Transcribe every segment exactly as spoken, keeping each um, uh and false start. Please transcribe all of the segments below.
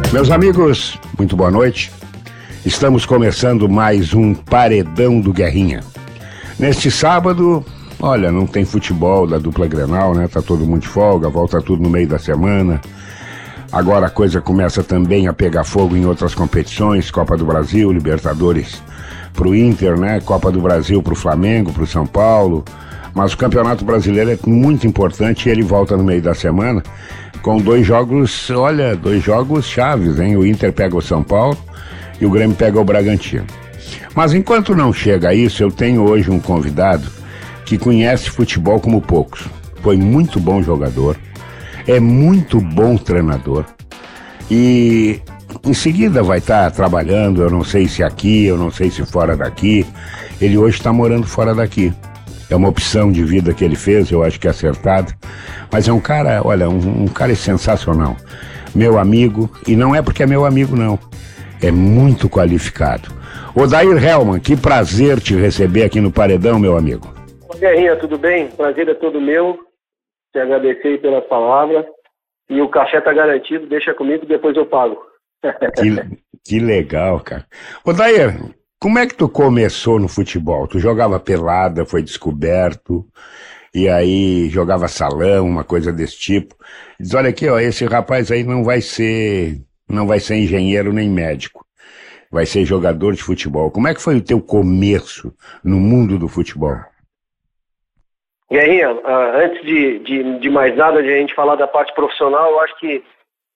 Meus amigos, muito boa noite. Estamos começando mais um Paredão do Guerrinha. Neste sábado, olha, não tem futebol da dupla Grenal, né? Tá todo mundo de folga, volta tudo no meio da semana. Agora a coisa começa também a pegar fogo em outras competições, Copa do Brasil, Libertadores pro Inter, né? Copa do Brasil pro Flamengo, pro São Paulo. Mas o Campeonato Brasileiro é muito importante e ele volta no meio da semana com dois jogos, olha, dois jogos chaves, hein? O Inter pega o São Paulo e o Grêmio pega o Bragantino. Mas enquanto não chega a isso, eu tenho hoje um convidado que conhece futebol como poucos. Foi muito bom jogador, é muito bom treinador e em seguida vai estar trabalhando, eu não sei se aqui, eu não sei se fora daqui. Ele hoje está morando fora daqui. É uma opção de vida que ele fez, eu acho que é acertada. Mas é um cara, olha, um, um cara sensacional. Meu amigo, e não é porque é meu amigo, não. É muito qualificado. Odair Hellmann, que prazer te receber aqui no Paredão, meu amigo. Guerrinha, tudo bem? Prazer é todo meu. Te agradecer pelas palavras. E o café tá garantido, deixa comigo, depois eu pago. Que, que legal, cara. Odair, como é que tu começou no futebol? Tu jogava pelada, foi descoberto, e aí jogava salão, uma coisa desse tipo. Diz, olha aqui, ó, esse rapaz aí não vai ser, não vai ser engenheiro nem médico, vai ser jogador de futebol. Como é que foi o teu começo no mundo do futebol? Guerrinha, antes de, de, de mais nada, de a gente falar da parte profissional, eu acho que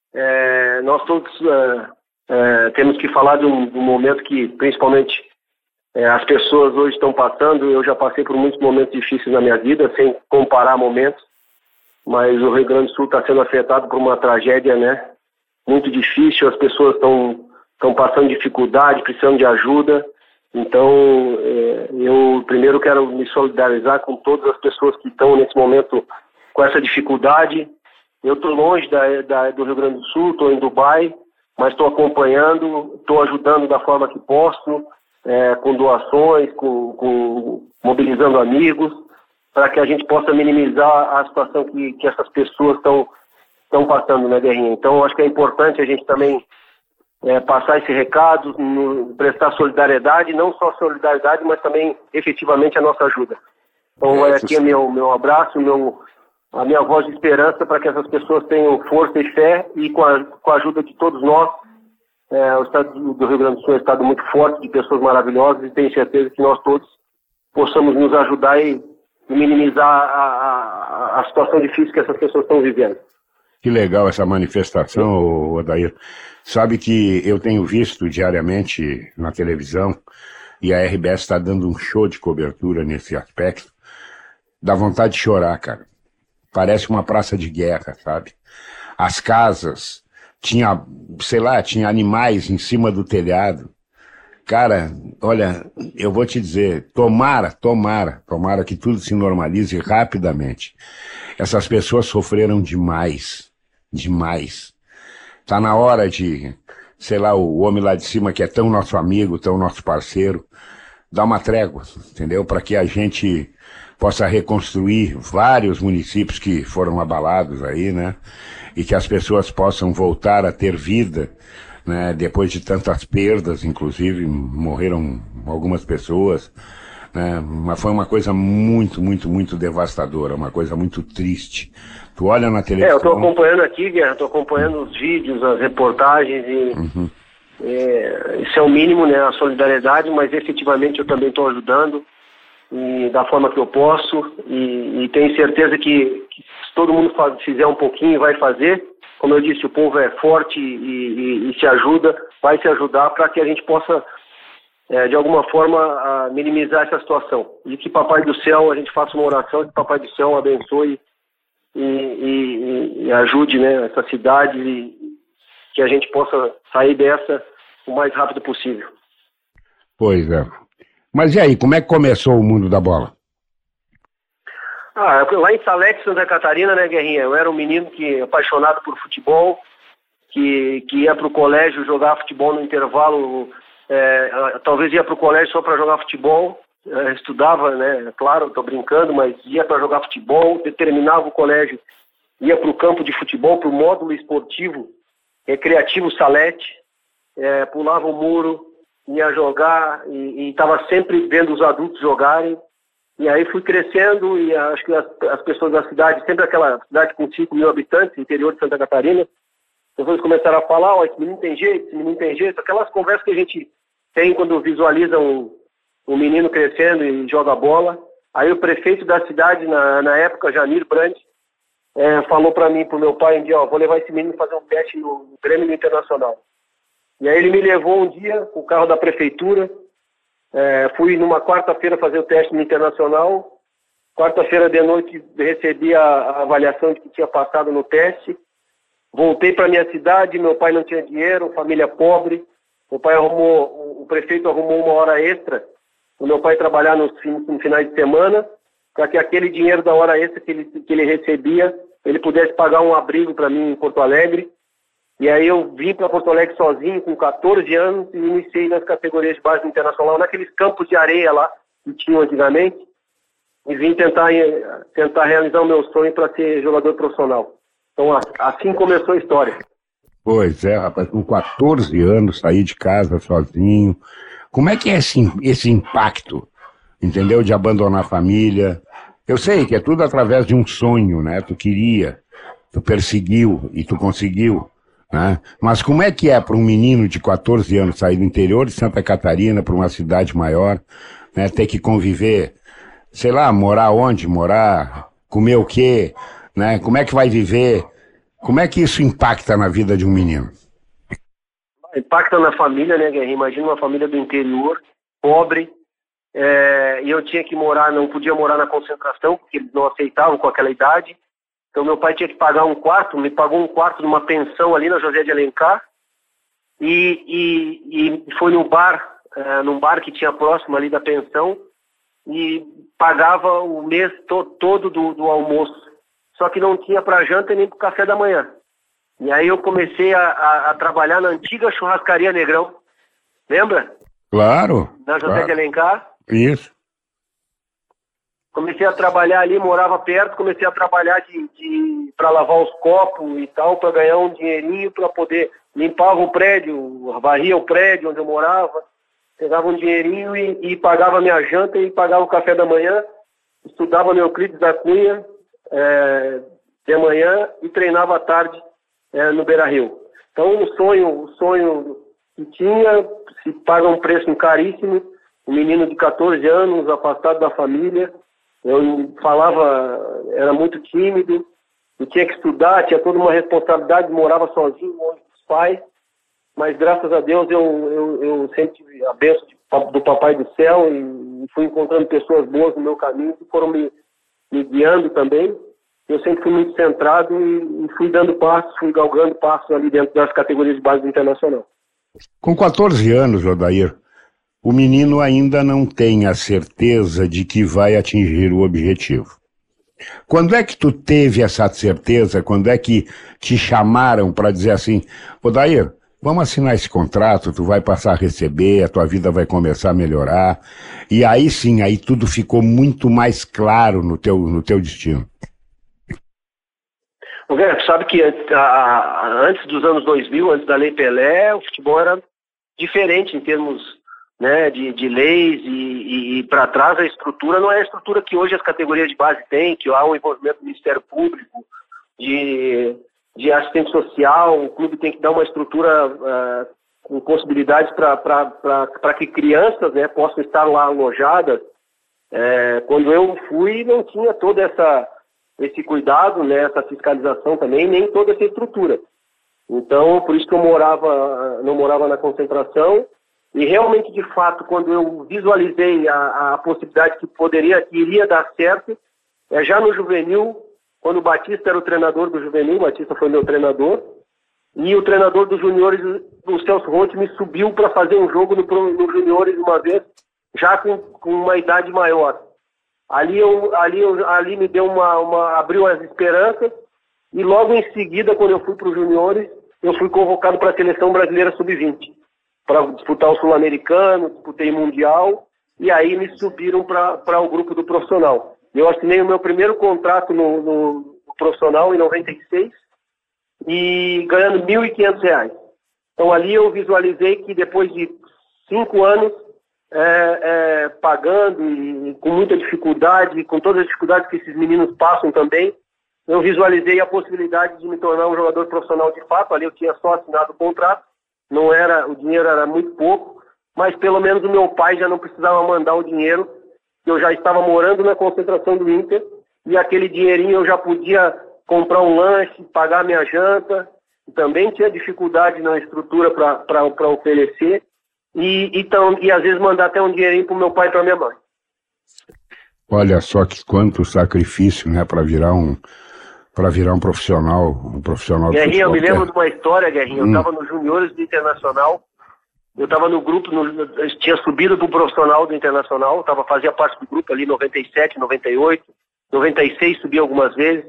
é, nós todos... É, É, temos que falar de um, de um momento que, principalmente, é, as pessoas hoje estão passando. Eu já passei por muitos momentos difíceis na minha vida, sem comparar momentos, mas o Rio Grande do Sul está sendo afetado por uma tragédia, né, muito difícil. As pessoas estão estão passando dificuldade, precisando de ajuda. Então, é, eu primeiro quero me solidarizar com todas as pessoas que estão nesse momento com essa dificuldade. Eu estou longe da, da, do Rio Grande do Sul, estou em Dubai, mas estou acompanhando, estou ajudando da forma que posso, é, com doações, com, com, mobilizando amigos, para que a gente possa minimizar a situação que, que essas pessoas estão estão passando, né, Guerrinha? Então, acho que é importante a gente também é, passar esse recado, no, prestar solidariedade, não só solidariedade, mas também efetivamente a nossa ajuda. Então, vai aqui meu, meu abraço, meu... a minha voz de esperança para que essas pessoas tenham força e fé, e com a, com a ajuda de todos nós, é, o estado do Rio Grande do Sul é um estado muito forte, de pessoas maravilhosas, e tenho certeza que nós todos possamos nos ajudar e, e minimizar a, a, a situação difícil que essas pessoas estão vivendo. Que legal essa manifestação, Odair. Sabe que eu tenho visto diariamente na televisão, e a R B S está dando um show de cobertura nesse aspecto. Dá vontade de chorar, cara. Parece uma praça de guerra, sabe? As casas, tinha, sei lá, tinha animais em cima do telhado. Cara, olha, eu vou te dizer, tomara, tomara, tomara que tudo se normalize rapidamente. Essas pessoas sofreram demais, demais. Tá na hora de, sei lá, o homem lá de cima que é tão nosso amigo, tão nosso parceiro, dar uma trégua, entendeu? Para que a gente possa reconstruir vários municípios que foram abalados aí, né? E que as pessoas possam voltar a ter vida, né? Depois de tantas perdas, inclusive morreram algumas pessoas, né? Mas foi uma coisa muito, muito, muito devastadora, uma coisa muito triste. Tu olha na televisão... É, eu estou acompanhando aqui, Guerra, estou acompanhando os vídeos, as reportagens e... Uhum. É, isso é o mínimo, né? A solidariedade, mas efetivamente eu também estou ajudando, e da forma que eu posso, e, e tenho certeza que, que se todo mundo faz, fizer um pouquinho, vai fazer. Como eu disse, o povo é forte e, e, e se ajuda, vai se ajudar para que a gente possa, é, de alguma forma, a minimizar essa situação. E que Papai do Céu, a gente faça uma oração, que Papai do Céu abençoe e, e, e ajude, né, essa cidade, e que a gente possa sair dessa o mais rápido possível. Pois é. Mas e aí, como é que começou o mundo da bola? Ah, lá em Salete, Santa Catarina, né, Guerrinha? Eu era um menino que apaixonado por futebol, que, que ia para o colégio jogar futebol no intervalo, é, talvez ia para o colégio só para jogar futebol, é, estudava, né, claro, estou brincando, mas ia para jogar futebol, terminava o colégio, ia para o campo de futebol, para o módulo esportivo Recreativo Salete, é, pulava o muro, ia jogar e estava sempre vendo os adultos jogarem. E aí fui crescendo e acho que as, as pessoas da cidade, sempre aquela cidade com cinco mil habitantes, interior de Santa Catarina, depois começaram a falar, ó, esse menino tem jeito, esse menino tem jeito, aquelas conversas que a gente tem quando visualiza um, um menino crescendo e joga bola. Aí o prefeito da cidade, na, na época, Janir Brandt, é, falou para mim, pro meu pai, um dia, ó, vou levar esse menino fazer um teste no Grêmio Internacional. E aí ele me levou um dia com o carro da prefeitura, é, fui numa quarta-feira fazer o teste no Internacional, quarta-feira de noite recebi a, a avaliação de que tinha passado no teste, voltei para minha cidade, meu pai não tinha dinheiro, família pobre, meu pai arrumou, o prefeito arrumou uma hora extra, o meu pai trabalhar nos, nos finais de semana, para que aquele dinheiro da hora extra que ele, que ele recebia, ele pudesse pagar um abrigo para mim em Porto Alegre. E aí eu vim para Porto Alegre sozinho, com quatorze anos, e iniciei nas categorias de base internacional, naqueles campos de areia lá, que tinham antigamente, e vim tentar, tentar realizar o meu sonho para ser jogador profissional. Então assim começou a história. Pois é, rapaz, com quatorze anos, saí de casa sozinho. Como é que é esse, esse impacto, entendeu, de abandonar a família? Eu sei que é tudo através de um sonho, né? Tu queria, tu perseguiu e tu conseguiu, né? Mas como é que é para um menino de quatorze anos sair do interior de Santa Catarina para uma cidade maior, né? Ter que conviver, sei lá, morar onde, morar, comer o quê, né? Como é que vai viver? Como é que isso impacta na vida de um menino? Impacta na família, né, Guerrinho? Imagina uma família do interior, pobre, é, e eu tinha que morar, não podia morar na concentração, porque eles não aceitavam com aquela idade. Então meu pai tinha que pagar um quarto, me pagou um quarto numa pensão ali na José de Alencar, e, e, e foi no bar, é, num bar que tinha próximo ali da pensão, e pagava o mês to, todo do, do almoço. Só que não tinha para janta nem para o café da manhã. E aí eu comecei a, a, a trabalhar na antiga churrascaria Negrão. Lembra? Claro. Na José claro. de Alencar. Isso. Comecei a trabalhar ali, morava perto, comecei a trabalhar de, de, para lavar os copos e tal, para ganhar um dinheirinho, para poder... Limpava o prédio, varria o prédio onde eu morava, pegava um dinheirinho e, e pagava minha janta e pagava o café da manhã, estudava no Euclides da Cunha é, de manhã e treinava à tarde é, no Beira-Rio. Então o sonho, o sonho que tinha, se paga um preço caríssimo, um menino de quatorze anos, afastado da família, eu falava, era muito tímido, eu tinha que estudar, tinha toda uma responsabilidade, morava sozinho, longe dos pais, mas graças a Deus eu, eu, eu sempre tive a bênção de, do Papai do Céu e fui encontrando pessoas boas no meu caminho que foram me, me guiando também. Eu sempre fui muito centrado e, e fui dando passos, fui galgando passos ali dentro das categorias de base do internacional. Com quatorze anos, Odair, o menino ainda não tem a certeza de que vai atingir o objetivo. Quando é que tu teve essa certeza? Quando é que te chamaram para dizer assim, Odair, vamos assinar esse contrato, tu vai passar a receber, a tua vida vai começar a melhorar, e aí sim, aí tudo ficou muito mais claro no teu, no teu destino. Tu sabe que a, a, antes dos anos dois mil, antes da Lei Pelé, o futebol era diferente em termos, né, de, de leis e, e, e para trás a estrutura não é a estrutura que hoje as categorias de base têm, que há um envolvimento do Ministério Público, de, de assistente social, o clube tem que dar uma estrutura uh, com possibilidades para que crianças, né, possam estar lá alojadas. É, quando eu fui, não tinha toda essa... esse cuidado, né, essa fiscalização também, nem toda essa estrutura. Então, por isso que eu morava, não morava na concentração, e realmente, de fato, quando eu visualizei a, a possibilidade que poderia, que iria dar certo, é já no juvenil, quando o Batista era o treinador do juvenil, o Batista foi meu treinador, e o treinador dos juniores, o Celso Ronte, me subiu para fazer um jogo no, no juniores uma vez, já com, com uma idade maior. Ali, eu, ali, eu, ali me deu uma, uma... abriu as esperanças, e logo em seguida, quando eu fui para os juniores, eu fui convocado para a Seleção Brasileira sub vinte, para disputar o Sul-Americano, disputei Mundial, e aí me subiram para o grupo do profissional. Eu assinei o meu primeiro contrato no, no, no profissional em noventa e seis, e ganhando mil e quinhentos reais. Então ali eu visualizei que depois de cinco anos é, é, pagando e com muita dificuldade, com todas as dificuldades que esses meninos passam também, eu visualizei a possibilidade de me tornar um jogador profissional de fato. Ali eu tinha só assinado o contrato, não era, o dinheiro era muito pouco, mas pelo menos o meu pai já não precisava mandar o dinheiro, eu já estava morando na concentração do Inter, e aquele dinheirinho eu já podia comprar um lanche, pagar minha janta, também tinha dificuldade na estrutura para oferecer, e, então, e às vezes mandar até um dinheirinho para o meu pai e para minha mãe. Olha só que quanto sacrifício, né, para virar um para virar um profissional, um profissional de Guerrinha, futebol. eu me lembro de uma história, Guerrinha, hum. eu estava nos juniores do Internacional, eu estava no grupo, no, eu tinha subido para o profissional do Internacional, tava, fazia parte do grupo ali, noventa e sete, noventa e oito, noventa e seis, subi algumas vezes,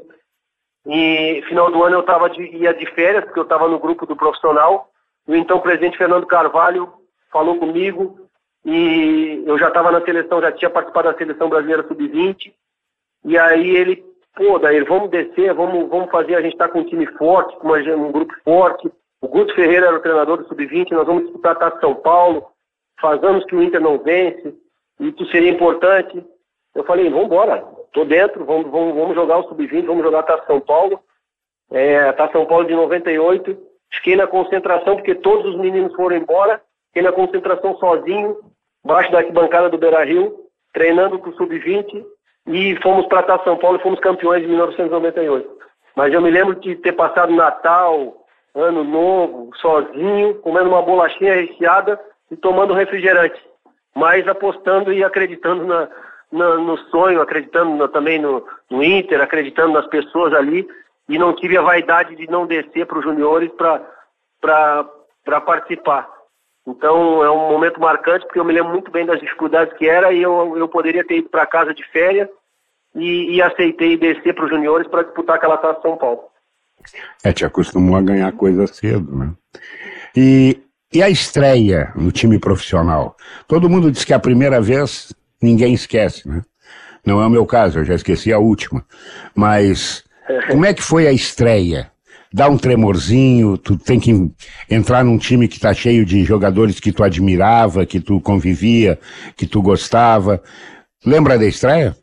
e final do ano eu tava de, ia de férias, porque eu estava no grupo do profissional, e o então presidente Fernando Carvalho falou comigo, e eu já estava na seleção, já tinha participado da seleção brasileira sub vinte, e aí ele, pô, daí vamos descer, vamos, vamos fazer, a gente tá com um time forte, com uma, um grupo forte, o Guto Ferreira era o treinador do sub vinte, nós vamos disputar a Taça São Paulo, faz anos que o Inter não vence, e isso seria importante. Eu falei, vamos embora, tô dentro, vamos, vamos, vamos jogar o sub vinte, vamos jogar a Taça São Paulo, é, a Taça São Paulo de noventa e oito, fiquei na concentração, porque todos os meninos foram embora, fiquei na concentração sozinho, embaixo da arquibancada do Beira-Rio, treinando com o sub vinte, e fomos para a Taça São Paulo e fomos campeões de mil novecentos e noventa e oito. Mas eu me lembro de ter passado Natal, Ano Novo, sozinho, comendo uma bolachinha recheada e tomando refrigerante, mas apostando e acreditando na, na, no sonho, acreditando na, também no, no Inter, acreditando nas pessoas ali, e não tive a vaidade de não descer para os juniores para participar. Então é um momento marcante, porque eu me lembro muito bem das dificuldades que era, e eu, eu poderia ter ido para casa de férias e, e aceitei descer para os juniores para disputar aquela Taça São Paulo. É, te acostumou a ganhar coisa cedo, né? E, e a estreia no time profissional? Todo mundo diz que a primeira vez ninguém esquece, né? Não é o meu caso, eu já esqueci a última. Mas como é que foi a estreia? Dá um tremorzinho, tu tem que entrar num time que tá cheio de jogadores que tu admirava, que tu convivia, que tu gostava. Lembra da estreia?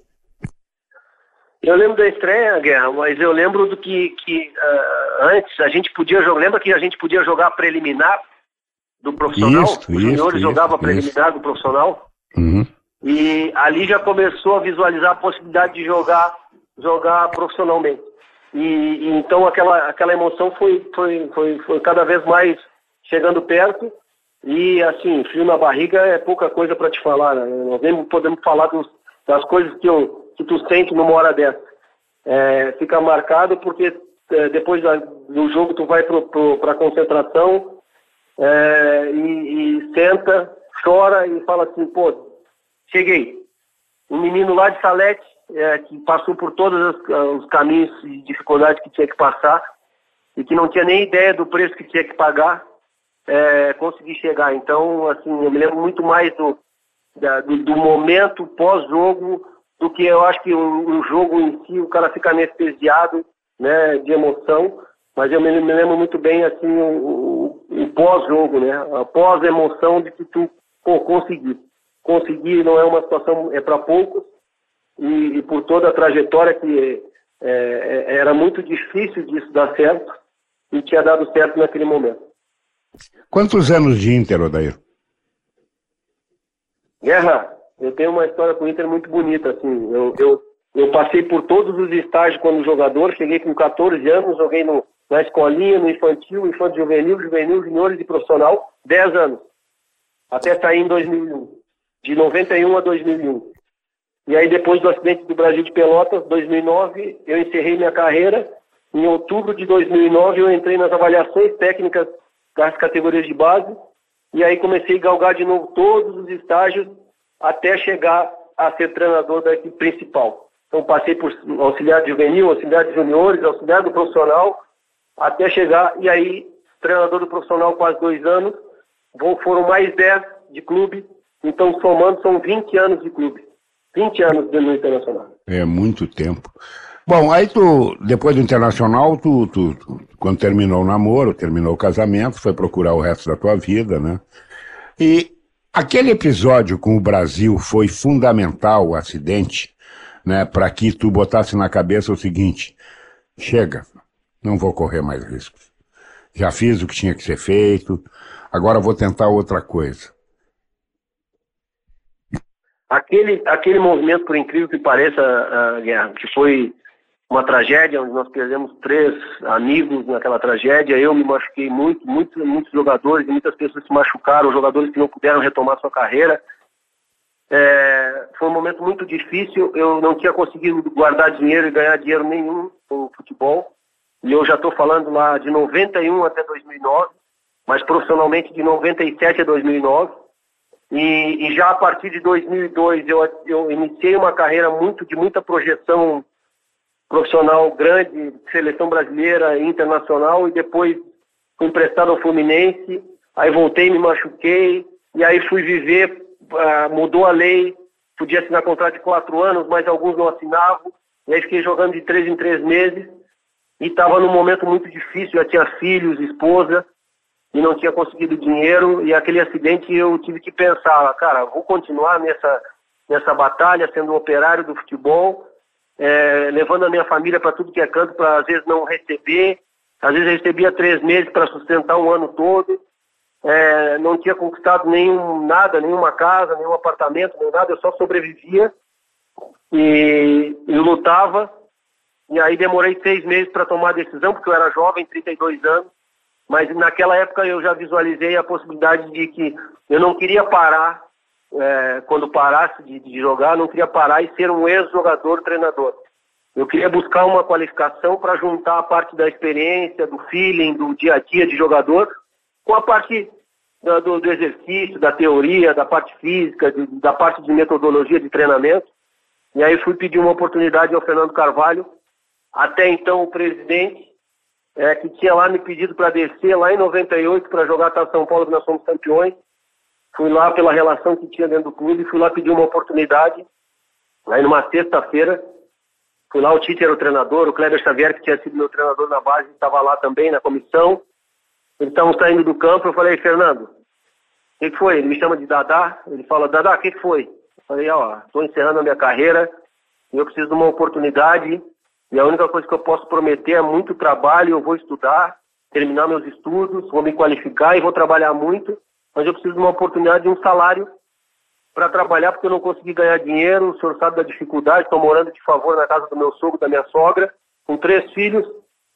Eu lembro da estreia, Guerra, mas eu lembro do que, que uh, antes a gente podia jogar. Lembra que a gente podia jogar preliminar do profissional? Isso, Os juniores jogavam preliminar isso. do profissional. Uhum. E ali já começou a visualizar a possibilidade de jogar, jogar profissionalmente. E, e então aquela, aquela emoção foi, foi, foi, foi cada vez mais chegando perto. E assim, frio na barriga é pouca coisa para te falar, né? Nós nem podemos falar dos, das coisas que, eu, que tu sente numa hora dessa. É, fica marcado porque é, depois da, do jogo tu vai para a concentração é, e, e senta, chora e fala assim, pô, cheguei. Um menino lá de Salete, é, que passou por todos os, os caminhos e dificuldades que tinha que passar e que não tinha nem ideia do preço que tinha que pagar, é, consegui chegar. Então, assim, eu me lembro muito mais do, da, do, do momento pós-jogo do que eu acho que o, o jogo em si, o cara fica anestesiado, né, de emoção, mas eu me, me lembro muito bem, assim, o, o, o pós-jogo, né, a pós-emoção de que tu, pô, consegui. Conseguir não é uma situação, é para poucos, e, e por toda a trajetória que é, é, era muito difícil disso dar certo, e tinha dado certo naquele momento. Quantos anos de Inter, Odair? Guerra, eu tenho uma história com o Inter muito bonita, assim, eu, eu, eu passei por todos os estágios quando jogador, cheguei com quatorze anos, joguei no, na escolinha, no infantil, infantil juvenil, juvenil, juniores e profissional, dez anos, até sair em dois mil e um. De noventa e um a dois mil e um. E aí depois do acidente do Brasil de Pelotas, dois mil e nove, eu encerrei minha carreira. Em outubro de dois mil e nove eu entrei nas avaliações técnicas das categorias de base e aí comecei a galgar de novo todos os estágios até chegar a ser treinador da equipe principal. Então passei por auxiliar de juvenil, auxiliar de juniores, auxiliar do profissional, até chegar, e aí treinador do profissional quase dois anos, foram mais dez de clube. Então, somando, são vinte anos de clube. vinte anos no Internacional. É muito tempo. Bom, aí tu, depois do Internacional, tu, tu, tu, Quando terminou o namoro, terminou o casamento, foi procurar o resto da tua vida, né? E aquele episódio com o Brasil foi fundamental, o acidente, né, para que tu botasse na cabeça o seguinte: chega, não vou correr mais riscos. Já fiz o que tinha que ser feito, agora vou tentar outra coisa. Aquele, aquele movimento, por incrível que pareça, uh, Guerra, que foi uma tragédia, onde nós perdemos três amigos naquela tragédia, eu me machuquei muito, muito muitos jogadores, e muitas pessoas se machucaram, jogadores que não puderam retomar sua carreira. É, foi um momento muito difícil, eu não tinha conseguido guardar dinheiro e ganhar dinheiro nenhum com o futebol, e eu já estou falando lá de noventa e um até dois mil e nove, mas profissionalmente de noventa e sete a dois mil e nove, e, e já a partir de dois mil e dois eu, eu iniciei uma carreira muito, de muita projeção profissional grande, seleção brasileira e internacional, e depois fui emprestado ao Fluminense, aí voltei, me machuquei, e aí fui viver, uh, mudou a lei, podia assinar contrato de quatro anos, mas alguns não assinavam, e aí fiquei jogando de três em três meses, e estava num momento muito difícil, já tinha filhos, esposa, e não tinha conseguido dinheiro, e aquele acidente eu tive que pensar, cara, vou continuar nessa, nessa batalha, sendo um operário do futebol, É, levando a minha família para tudo que é canto, para às vezes não receber, às vezes eu recebia três meses para sustentar um ano todo, é, não tinha conquistado nenhum, nada, nenhuma casa, nenhum apartamento, nem nada, eu só sobrevivia e, e lutava, e aí demorei seis meses para tomar a decisão, porque eu era jovem, trinta e dois anos, mas naquela época eu já visualizei a possibilidade de que eu não queria parar. É, quando parasse de, de jogar, não queria parar e ser um ex-jogador treinador. Eu queria buscar uma qualificação para juntar a parte da experiência, do feeling, do dia a dia de jogador, com a parte da, do, do exercício, da teoria, da parte física, de, da parte de metodologia de treinamento. E aí fui pedir uma oportunidade ao Fernando Carvalho, até então o presidente, é, que tinha lá me pedido para descer lá em noventa e oito para jogar Taça São Paulo, que nós fomos campeões. Fui lá pela relação que tinha dentro do clube, fui lá pedir uma oportunidade, aí numa sexta-feira, fui lá, o Tite era o treinador, o Kleber Xavier, que tinha sido meu treinador na base, estava lá também na comissão, eles estavam saindo do campo, eu falei, Fernando, o que, que foi? Ele me chama de Dadá, ele fala, Dadá, o que, que foi? Eu falei, ó, estou encerrando a minha carreira, eu preciso de uma oportunidade, e a única coisa que eu posso prometer é muito trabalho, eu vou estudar, terminar meus estudos, vou me qualificar e vou trabalhar muito, mas eu preciso de uma oportunidade de um salário para trabalhar, porque eu não consegui ganhar dinheiro, o senhor sabe da dificuldade, estou morando de favor na casa do meu sogro, da minha sogra, com três filhos,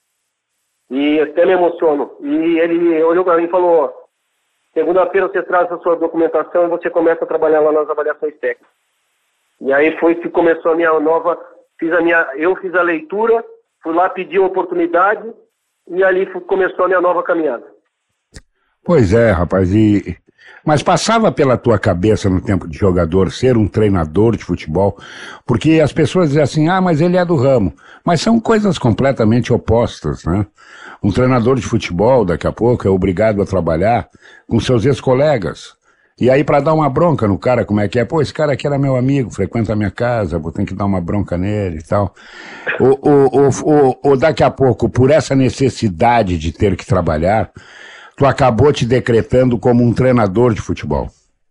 e até me emociono. E ele olhou para mim e falou, segunda-feira você traz a sua documentação e você começa a trabalhar lá nas avaliações técnicas. E aí foi que começou a minha nova, fiz a minha, eu fiz a leitura, fui lá pedir uma oportunidade, e ali começou a minha nova caminhada. Pois é, rapaz, e... mas passava pela tua cabeça no tempo de jogador ser um treinador de futebol? Porque as pessoas dizem assim, ah, mas ele é do ramo. Mas são coisas completamente opostas, né? Um treinador de futebol, daqui a pouco, é obrigado a trabalhar com seus ex-colegas. E aí, para dar uma bronca no cara, como é que é? Pô, esse cara aqui era meu amigo, frequenta a minha casa, vou ter que dar uma bronca nele e tal. Ou, ou, ou, ou, ou daqui a pouco, por essa necessidade de ter que trabalhar, tu acabou te decretando como um treinador de futebol.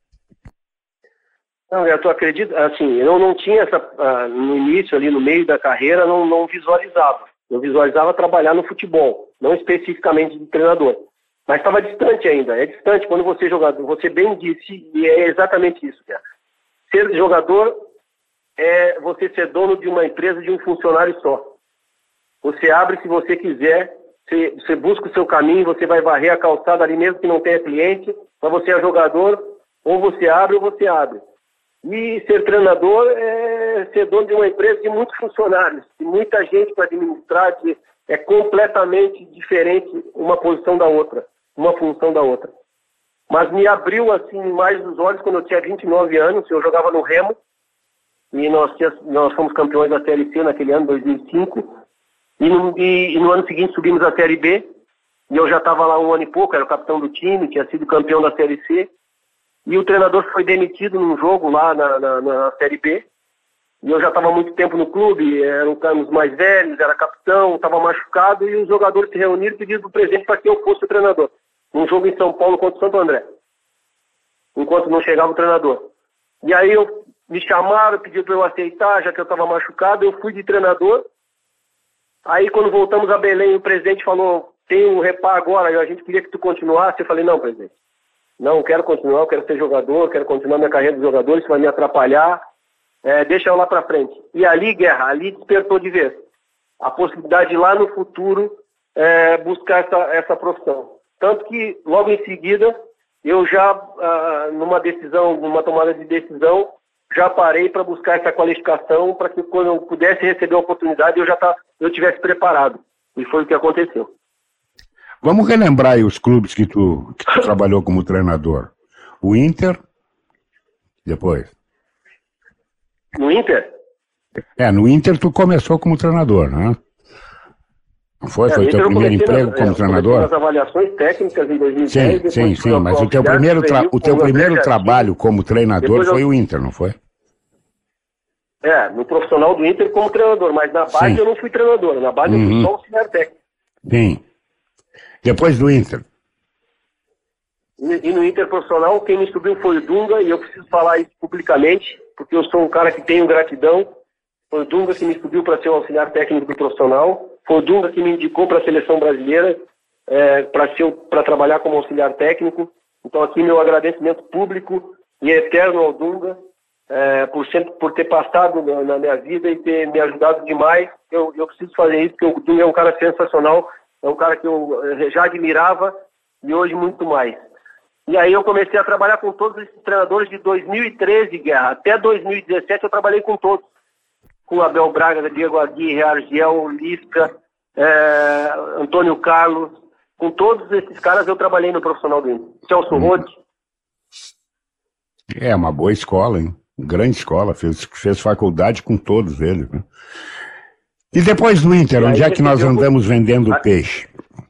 Não, eu tô acredito, assim, eu não tinha essa, uh, no início ali, no meio da carreira, não, não visualizava. Eu visualizava trabalhar no futebol, não especificamente de treinador. Mas estava distante ainda, é distante. Quando você é jogador, você bem disse, e é exatamente isso, cara. Ser jogador é você ser dono de uma empresa, de um funcionário só. Você abre se você quiser, Você, você busca o seu caminho, você vai varrer a calçada ali mesmo que não tenha cliente, mas você é jogador, ou você abre ou você abre. E ser treinador é ser dono de uma empresa de muitos funcionários, de muita gente para administrar, de, é completamente diferente uma posição da outra, uma função da outra. Mas me abriu assim mais os olhos quando eu tinha vinte e nove anos, eu jogava no Remo, e nós, nós fomos campeões da Série C naquele ano, dois mil e cinco, E no, e, e no ano seguinte subimos a Série B, e eu já estava lá um ano e pouco, era o capitão do time, tinha sido campeão da Série C, e o treinador foi demitido num jogo lá na, na, na Série B, e eu já estava há muito tempo no clube, eram os mais velhos, era capitão, estava machucado, e os jogadores se reuniram e pediram para o presidente para que eu fosse o treinador. Um jogo em São Paulo contra o Santo André, enquanto não chegava o treinador. E aí eu, me chamaram, pediram para eu aceitar, já que eu estava machucado, eu fui de treinador. Aí quando voltamos a Belém, o presidente falou, tem um repá agora, a gente queria que tu continuasse. Eu falei, não, presidente, não, eu quero continuar, eu quero ser jogador, quero continuar minha carreira de jogador, isso vai me atrapalhar, é, deixa eu lá pra frente. E ali, Guerra, ali despertou de vez a possibilidade de lá no futuro é, buscar essa, essa profissão. Tanto que logo em seguida, eu já, ah, numa decisão, numa tomada de decisão, já parei para buscar essa qualificação para que quando eu pudesse receber a oportunidade eu já tá, eu tivesse preparado. E foi o que aconteceu. Vamos relembrar aí os clubes que tu, que tu trabalhou como treinador. O Inter, depois. No Inter? É, no Inter tu começou como treinador, né? Não foi? É, Foi o teu primeiro emprego nas, como é, treinador? Nas avaliações técnicas em dois mil e dez. Sim, sim, sim, mas o teu primeiro, tra o teu primeiro trabalho como treinador foi o Inter, não foi? É, no profissional do Inter como treinador, mas na base sim. Eu não fui treinador, na base uhum. Eu fui só auxiliar técnico. Sim. Depois do Inter? E no Inter profissional, quem me subiu foi o Dunga, e eu preciso falar isso publicamente, porque eu sou um cara que tenho gratidão. Foi o Dunga que me subiu para ser o auxiliar técnico do profissional. Foi o Dunga que me indicou para a seleção brasileira é, para trabalhar como auxiliar técnico. Então aqui meu agradecimento público e eterno ao Dunga é, por, sempre, por ter passado na, na minha vida e ter me ajudado demais. Eu, eu preciso fazer isso, porque o Dunga é um cara sensacional, é um cara que eu já admirava e hoje muito mais. E aí eu comecei a trabalhar com todos esses treinadores de dois mil e treze, Guerra, até dois mil e dezessete eu trabalhei com todos. Com Abel Braga, Diego Aguirre, Argel, Lisca, é, Antônio Carlos, com todos esses caras eu trabalhei no profissional do Inter. Celso hum. Roth. É uma boa escola, hein? Grande escola, fez, fez faculdade com todos eles, né? E depois do Inter, e onde é que nós andamos com... vendendo ah. peixe?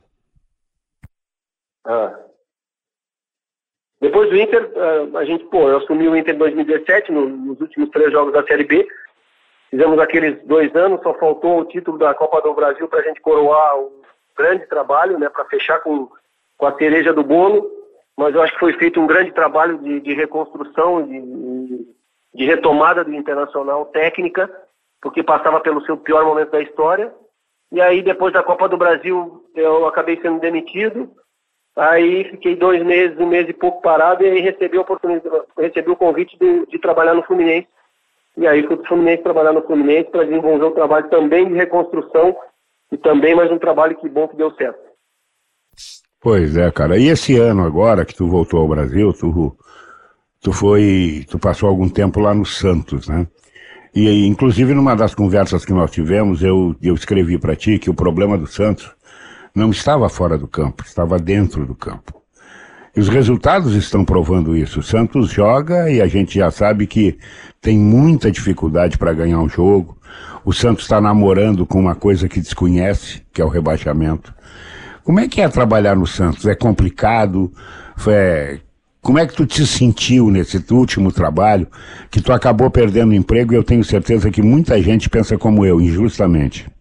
Ah. Depois do Inter, a gente, pô, eu assumi o Inter em dois mil e dezessete, nos últimos três jogos da Série B. Fizemos aqueles dois anos, só faltou o título da Copa do Brasil para a gente coroar um grande trabalho, né, para fechar com, com a cereja do bolo. Mas eu acho que foi feito um grande trabalho de, de reconstrução, de, de retomada do Internacional técnica, porque passava pelo seu pior momento da história. E aí, depois da Copa do Brasil, eu acabei sendo demitido. Aí fiquei dois meses, um mês e pouco parado, e aí recebi a oportunidade, recebi o convite de, de trabalhar no Fluminense. E aí fui para o Fluminense trabalhar no Fluminense para desenvolver um trabalho também de reconstrução e também mais um trabalho que bom que deu certo. Pois é, cara. E esse ano agora que tu voltou ao Brasil, tu, tu foi, tu passou algum tempo lá no Santos, né? E inclusive numa das conversas que nós tivemos, eu, eu escrevi para ti que o problema do Santos não estava fora do campo, estava dentro do campo. E os resultados estão provando isso. O Santos joga e a gente já sabe que tem muita dificuldade para ganhar um jogo. O Santos está namorando com uma coisa que desconhece, que é o rebaixamento. Como é que é trabalhar no Santos? É complicado? É... Como é que tu te sentiu nesse último trabalho, que tu acabou perdendo o emprego, e eu tenho certeza que muita gente pensa como eu, injustamente?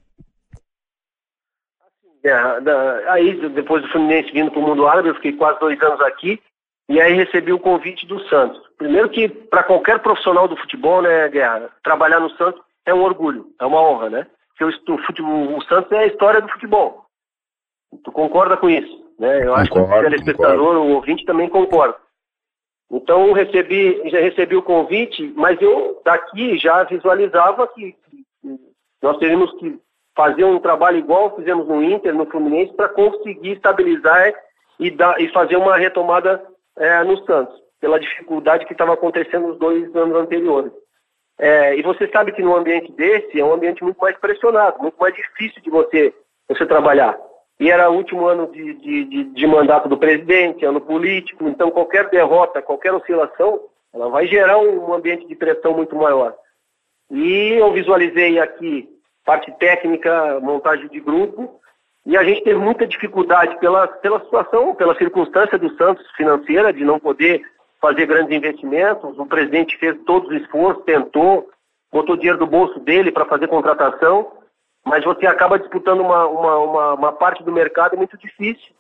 É, da, aí, depois do Fluminense vindo para o mundo árabe, eu fiquei quase dois anos aqui, e aí recebi o convite do Santos. Primeiro que, para qualquer profissional do futebol, né, Guerra, trabalhar no Santos é um orgulho, é uma honra, né? Porque o, o, futebol, o Santos é a história do futebol. Tu concorda com isso, né? Eu acho concordo, que o telespectador, o ouvinte também concorda. Então, eu recebi, já recebi o convite, mas eu daqui já visualizava que, que nós teríamos que fazer um trabalho igual fizemos no Inter, no Fluminense, para conseguir estabilizar e, dar, e fazer uma retomada é, no Santos, pela dificuldade que estava acontecendo nos dois anos anteriores. É, e você sabe que num ambiente desse, é um ambiente muito mais pressionado, muito mais difícil de você, você trabalhar. E era o último ano de, de, de, de mandato do presidente, ano político, então qualquer derrota, qualquer oscilação, ela vai gerar um ambiente de pressão muito maior. E eu visualizei aqui parte técnica, montagem de grupo, e a gente teve muita dificuldade pela, pela situação, pela circunstância do Santos financeira, de não poder fazer grandes investimentos. O presidente fez todos os esforços, tentou, botou dinheiro do bolso dele para fazer contratação, mas você acaba disputando uma, uma, uma, uma parte do mercado muito difícil.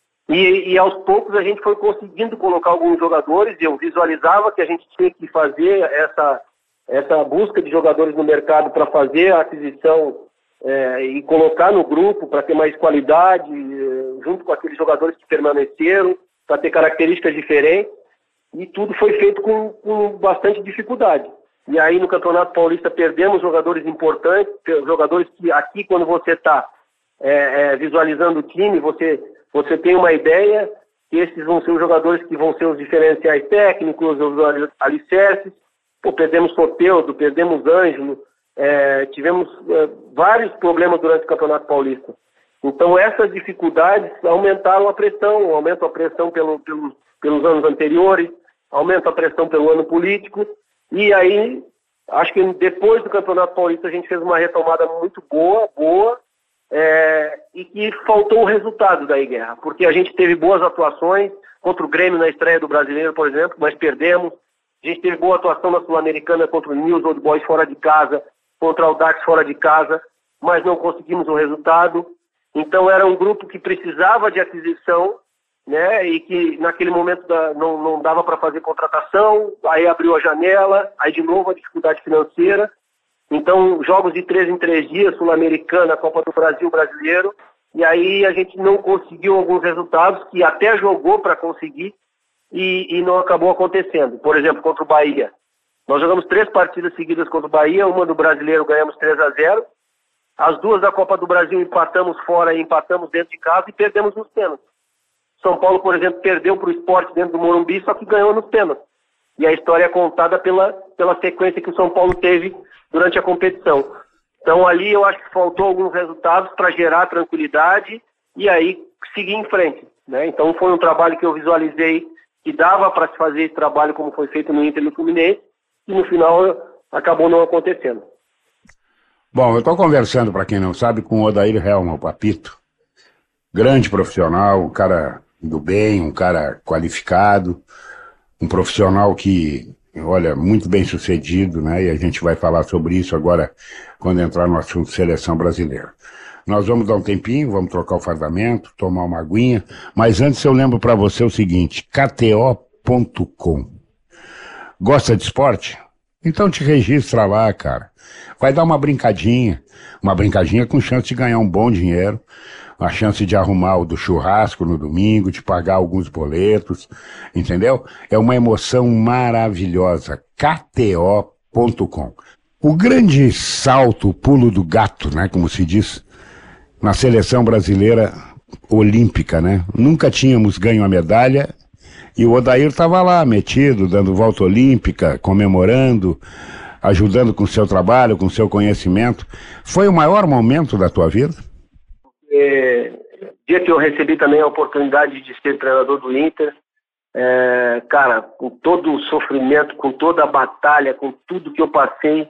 E, e aos poucos a gente foi conseguindo colocar alguns jogadores, e eu visualizava que a gente tinha que fazer essa, essa busca de jogadores no mercado para fazer a aquisição é, e colocar no grupo para ter mais qualidade, junto com aqueles jogadores que permaneceram, para ter características diferentes, e tudo foi feito com, com bastante dificuldade. E aí no Campeonato Paulista perdemos jogadores importantes, jogadores que aqui quando você está é, é, visualizando o time, você, você tem uma ideia que esses vão ser os jogadores que vão ser os diferenciais técnicos, os alicerces. Pô, perdemos Soteldo, perdemos Ângelo, é, tivemos é, vários problemas durante o Campeonato Paulista. Então essas dificuldades aumentaram a pressão, aumentam a pressão pelo, pelo, pelos anos anteriores, aumentam a pressão pelo ano político, e aí acho que depois do Campeonato Paulista a gente fez uma retomada muito boa, boa, é, e que faltou o resultado daí, Guerra, porque a gente teve boas atuações contra o Grêmio na estreia do Brasileiro, por exemplo, mas perdemos. A gente teve boa atuação na Sul-Americana contra o News Old Boys fora de casa, contra o Audax fora de casa, mas não conseguimos o resultado. Então era um grupo que precisava de aquisição, né, e que naquele momento da, não, não dava para fazer contratação, aí abriu a janela, aí de novo a dificuldade financeira. Então jogos de três em três dias, Sul-Americana, Copa do Brasil, Brasileiro, e aí a gente não conseguiu alguns resultados que até jogou para conseguir e, e não acabou acontecendo. Por exemplo, contra o Bahia. Nós jogamos três partidas seguidas contra o Bahia, uma do Brasileiro ganhamos três a zero, as duas da Copa do Brasil empatamos fora e empatamos dentro de casa e perdemos nos pênaltis. São Paulo, por exemplo, perdeu para o Sport dentro do Morumbi, só que ganhou nos pênaltis. E a história é contada pela, pela sequência que o São Paulo teve durante a competição. Então ali eu acho que faltou alguns resultados para gerar tranquilidade e aí seguir em frente, né? Então foi um trabalho que eu visualizei que dava para se fazer esse trabalho como foi feito no Inter e no Fluminense, e no final acabou não acontecendo. Bom, eu estou conversando, para quem não sabe, com o Odair Hellmann, o Papito. Grande profissional, um cara do bem, um cara qualificado, um profissional que, olha, muito bem sucedido, né? E a gente vai falar sobre isso agora, quando entrar no assunto seleção brasileira. Nós vamos dar um tempinho, vamos trocar o fardamento, tomar uma aguinha, mas antes eu lembro para você o seguinte, K T O ponto com. Gosta de esporte? Então te registra lá, cara. Vai dar uma brincadinha, uma brincadinha com chance de ganhar um bom dinheiro, a chance de arrumar o do churrasco no domingo, de pagar alguns boletos, entendeu? É uma emoção maravilhosa. K T O ponto com. O grande salto, o pulo do gato, né, como se diz, na seleção brasileira olímpica, né? Nunca tínhamos ganho a medalha e o Odair estava lá, metido, dando volta olímpica, comemorando, ajudando com o seu trabalho, com o seu conhecimento. Foi o maior momento da tua vida? É, dia que eu recebi também a oportunidade de ser treinador do Inter, é, cara, com todo o sofrimento, com toda a batalha, com tudo que eu passei,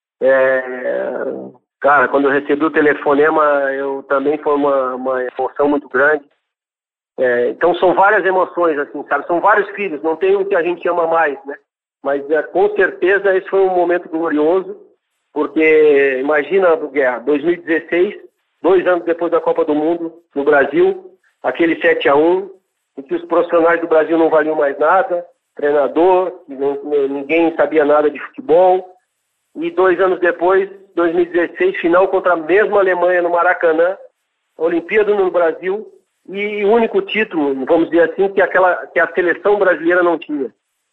é, cara, quando eu recebi o telefonema, eu também foi uma, uma emoção muito grande. É, então são várias emoções, assim, sabe? São vários filhos, não tem um que a gente ama mais, né? Mas é, com certeza esse foi um momento glorioso, porque imagina, Guerra, dois mil e dezesseis, dois anos depois da Copa do Mundo no Brasil, aquele sete a um, em que os profissionais do Brasil não valiam mais nada, treinador, não, ninguém sabia nada de futebol, e dois anos depois, dois mil e dezesseis, final contra a mesma Alemanha no Maracanã, Olimpíada no Brasil, e o único título, vamos dizer assim, que, aquela, que a seleção brasileira não tinha.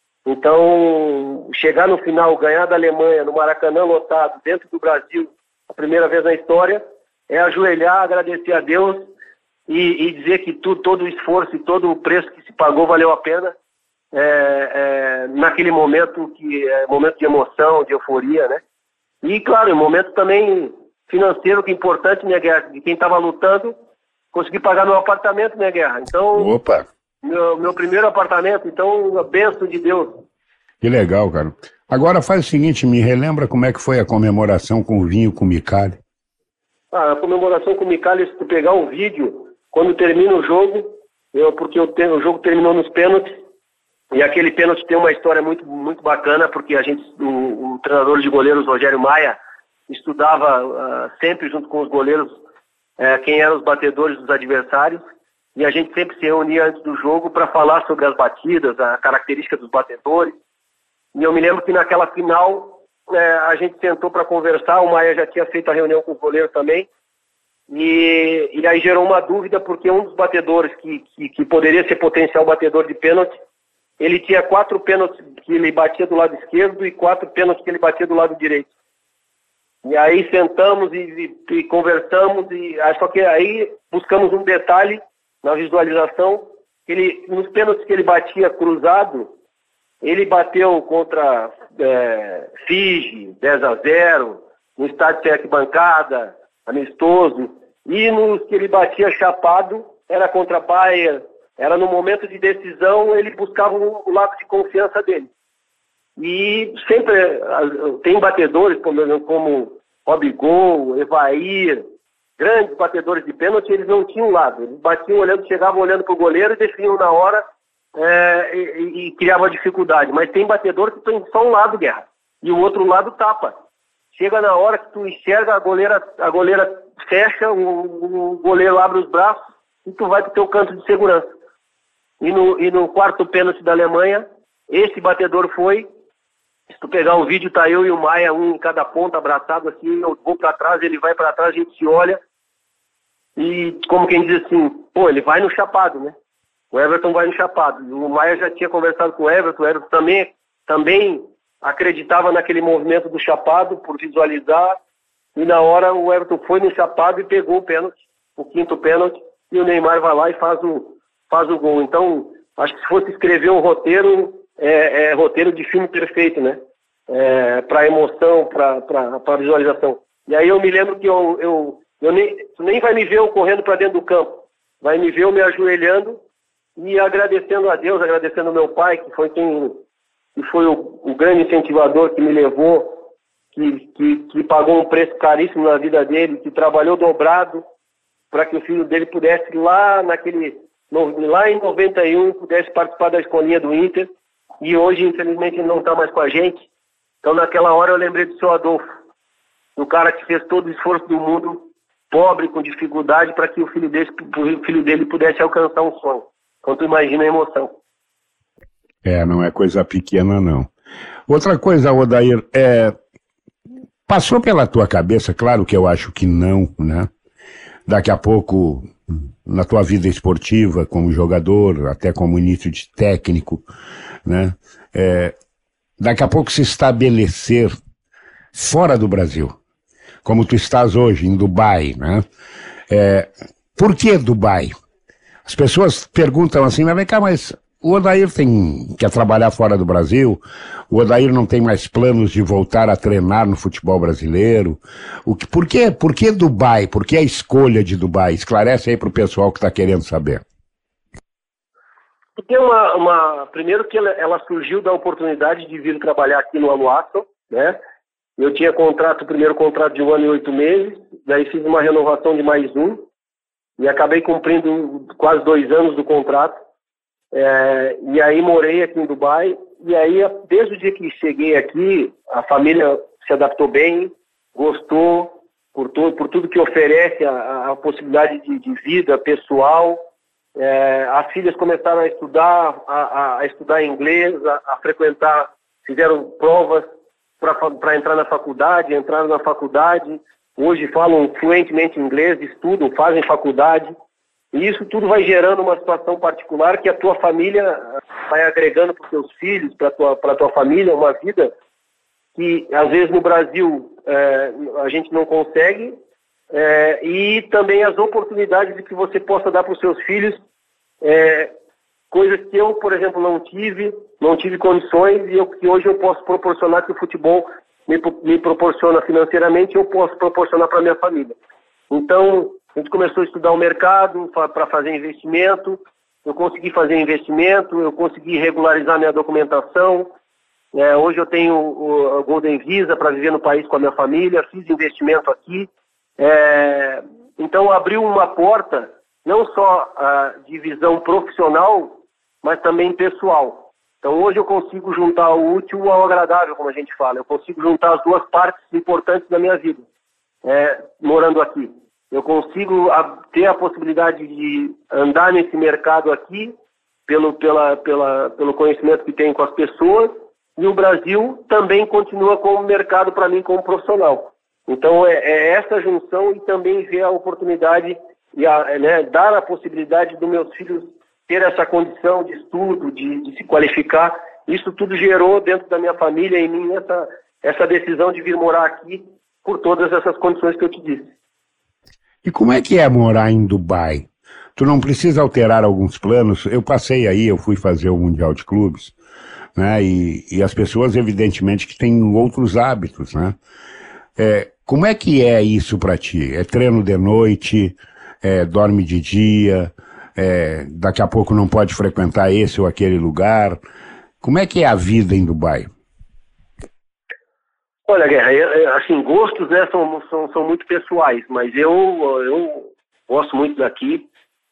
Então, chegar no final, ganhar da Alemanha no Maracanã lotado, dentro do Brasil, a primeira vez na história, é ajoelhar, agradecer a Deus e, e dizer que tu, todo o esforço e todo o preço que se pagou valeu a pena, é, é, naquele momento, que é momento de emoção, de euforia, né? E, claro, um momento também financeiro, que é importante, minha Guerra, de quem estava lutando, consegui pagar meu apartamento, minha Guerra. Então, opa! Meu, meu primeiro apartamento, então, a bênção de Deus. Que legal, cara. Agora faz o seguinte, me relembra como é que foi a comemoração com o vinho com o Micali. Ah, a comemoração com o Micali, se tu pegar um vídeo, quando termina o jogo, eu, porque eu tenho, o jogo terminou nos pênaltis, E aquele pênalti tem uma história muito, muito bacana, porque a gente, o, o treinador de goleiros, Rogério Maia, estudava uh, sempre junto com os goleiros uh, quem eram os batedores dos adversários, e a gente sempre se reunia antes do jogo para falar sobre as batidas, a característica dos batedores. E eu me lembro que naquela final uh, a gente sentou para conversar, o Maia já tinha feito a reunião com os goleiros também, e, e aí gerou uma dúvida, porque um dos batedores que, que, que poderia ser potencial batedor de pênalti, ele tinha quatro pênaltis que ele batia do lado esquerdo e quatro pênaltis que ele batia do lado direito. E aí sentamos e, e, e conversamos, e só que aí buscamos um detalhe na visualização, que ele, nos pênaltis que ele batia cruzado, ele bateu contra é, Fiji, dez a zero, no estádio sem arquibancada, amistoso, e nos que ele batia chapado, era contra Bayern. Era no momento de decisão, ele buscava o lado de confiança dele. E sempre tem batedores, como, como Robigol, Evair, grandes batedores de pênalti, eles não tinham lado. Eles batiam olhando, chegavam olhando para o goleiro e definiam na hora é, e, e criavam dificuldade. Mas tem batedor que tem só um lado, Guerra, e o outro lado tapa. Chega na hora que tu enxerga, a goleira, a goleira fecha, o, o goleiro abre os braços e tu vai para o teu canto de segurança. E no, e no quarto pênalti da Alemanha, esse batedor foi, se tu pegar o vídeo, tá eu e o Maia, um em cada ponta, abraçado assim, eu vou para trás, ele vai para trás, a gente se olha, e como quem diz assim, pô, ele vai no chapado, né? O Everton vai no chapado. E o Maia já tinha conversado com o Everton, o Everton também, também acreditava naquele movimento do chapado, por visualizar, e na hora o Everton foi no chapado e pegou o pênalti, o quinto pênalti, e o Neymar vai lá e faz o faz o gol. Então, acho que se fosse escrever um roteiro, é, é roteiro de filme perfeito, né? É, para emoção, para visualização. E aí eu me lembro que eu, eu, eu nem, tu nem vai me ver eu correndo para dentro do campo, vai me ver eu me ajoelhando e agradecendo a Deus, agradecendo ao meu pai, que foi quem que foi o, o grande incentivador que me levou, que, que, que pagou um preço caríssimo na vida dele, que trabalhou dobrado para que o filho dele pudesse lá naquele lá em noventa e um, pudesse participar da escolinha do Inter, e hoje, infelizmente, ele não está mais com a gente. Então, naquela hora, eu lembrei do seu Adolfo, do cara que fez todo o esforço do mundo, pobre, com dificuldade, para que o filho, dele, o filho dele pudesse alcançar um sonho. Então, tu imagina a emoção. É, não é coisa pequena, não. Outra coisa, Odair, é, passou pela tua cabeça, claro que eu acho que não, né? Daqui a pouco, na tua vida esportiva, como jogador, até como início de técnico, né? É, daqui a pouco se estabelecer fora do Brasil, como tu estás hoje, em Dubai, né? É, por que Dubai? As pessoas perguntam assim, mas vem cá, mas o Odair tem, quer trabalhar fora do Brasil, o Odair não tem mais planos de voltar a treinar no futebol brasileiro. O que, por, que, por que Dubai? Por que a escolha de Dubai? Esclarece aí para o pessoal que está querendo saber. Tem uma, uma, primeiro que ela, ela surgiu da oportunidade de vir trabalhar aqui no Al-Wasl, né? Eu tinha contrato, o primeiro contrato de um ano e oito meses, daí fiz uma renovação de mais um, e acabei cumprindo quase dois anos do contrato. É, e aí morei aqui em Dubai, e aí desde o dia que cheguei aqui, a família se adaptou bem, gostou por, to, por tudo que oferece a, a possibilidade de, de vida pessoal. É, as filhas começaram a estudar, a, a, a estudar inglês, a, a frequentar, fizeram provas para entrar na faculdade, entraram na faculdade, hoje falam fluentemente inglês, estudam, fazem faculdade. E isso tudo vai gerando uma situação particular que a tua família vai agregando para os teus filhos, para a tua, para a tua família, uma vida que às vezes no Brasil é, a gente não consegue, é, e também as oportunidades de que você possa dar para os seus filhos é, coisas que eu, por exemplo, não tive, não tive condições, e eu, que hoje eu posso proporcionar, que o futebol me, me proporciona financeiramente, eu posso proporcionar para a minha família. Então, a gente começou a estudar o mercado para fazer investimento, eu consegui fazer investimento, eu consegui regularizar minha documentação, é, hoje eu tenho o, o Golden Visa para viver no país com a minha família, fiz investimento aqui, é, então abriu uma porta, não só uh, de visão profissional, mas também pessoal. Então hoje eu consigo juntar o útil ao agradável, como a gente fala. Eu consigo juntar as duas partes importantes da minha vida, é, morando aqui. Eu consigo a, ter a possibilidade de andar nesse mercado aqui, pelo, pela, pela, pelo conhecimento que tenho com as pessoas, e o Brasil também continua como mercado para mim como profissional. Então é, é essa junção e também ver a oportunidade e a, né, dar a possibilidade dos meus filhos ter essa condição de estudo, de, de se qualificar. Isso tudo gerou dentro da minha família e em mim essa, essa decisão de vir morar aqui por todas essas condições que eu te disse. E como é que é morar em Dubai? Tu não precisa alterar alguns planos? Eu passei aí, eu fui fazer o Mundial de Clubes, né? E, e as pessoas, evidentemente, que têm outros hábitos, né? É, como é que é isso para ti? É treino de noite? É, dorme de dia? É, daqui a pouco não pode frequentar esse ou aquele lugar? Como é que é a vida em Dubai? Olha, Guerra, assim, gostos, né, são, são, são muito pessoais, mas eu, eu gosto muito daqui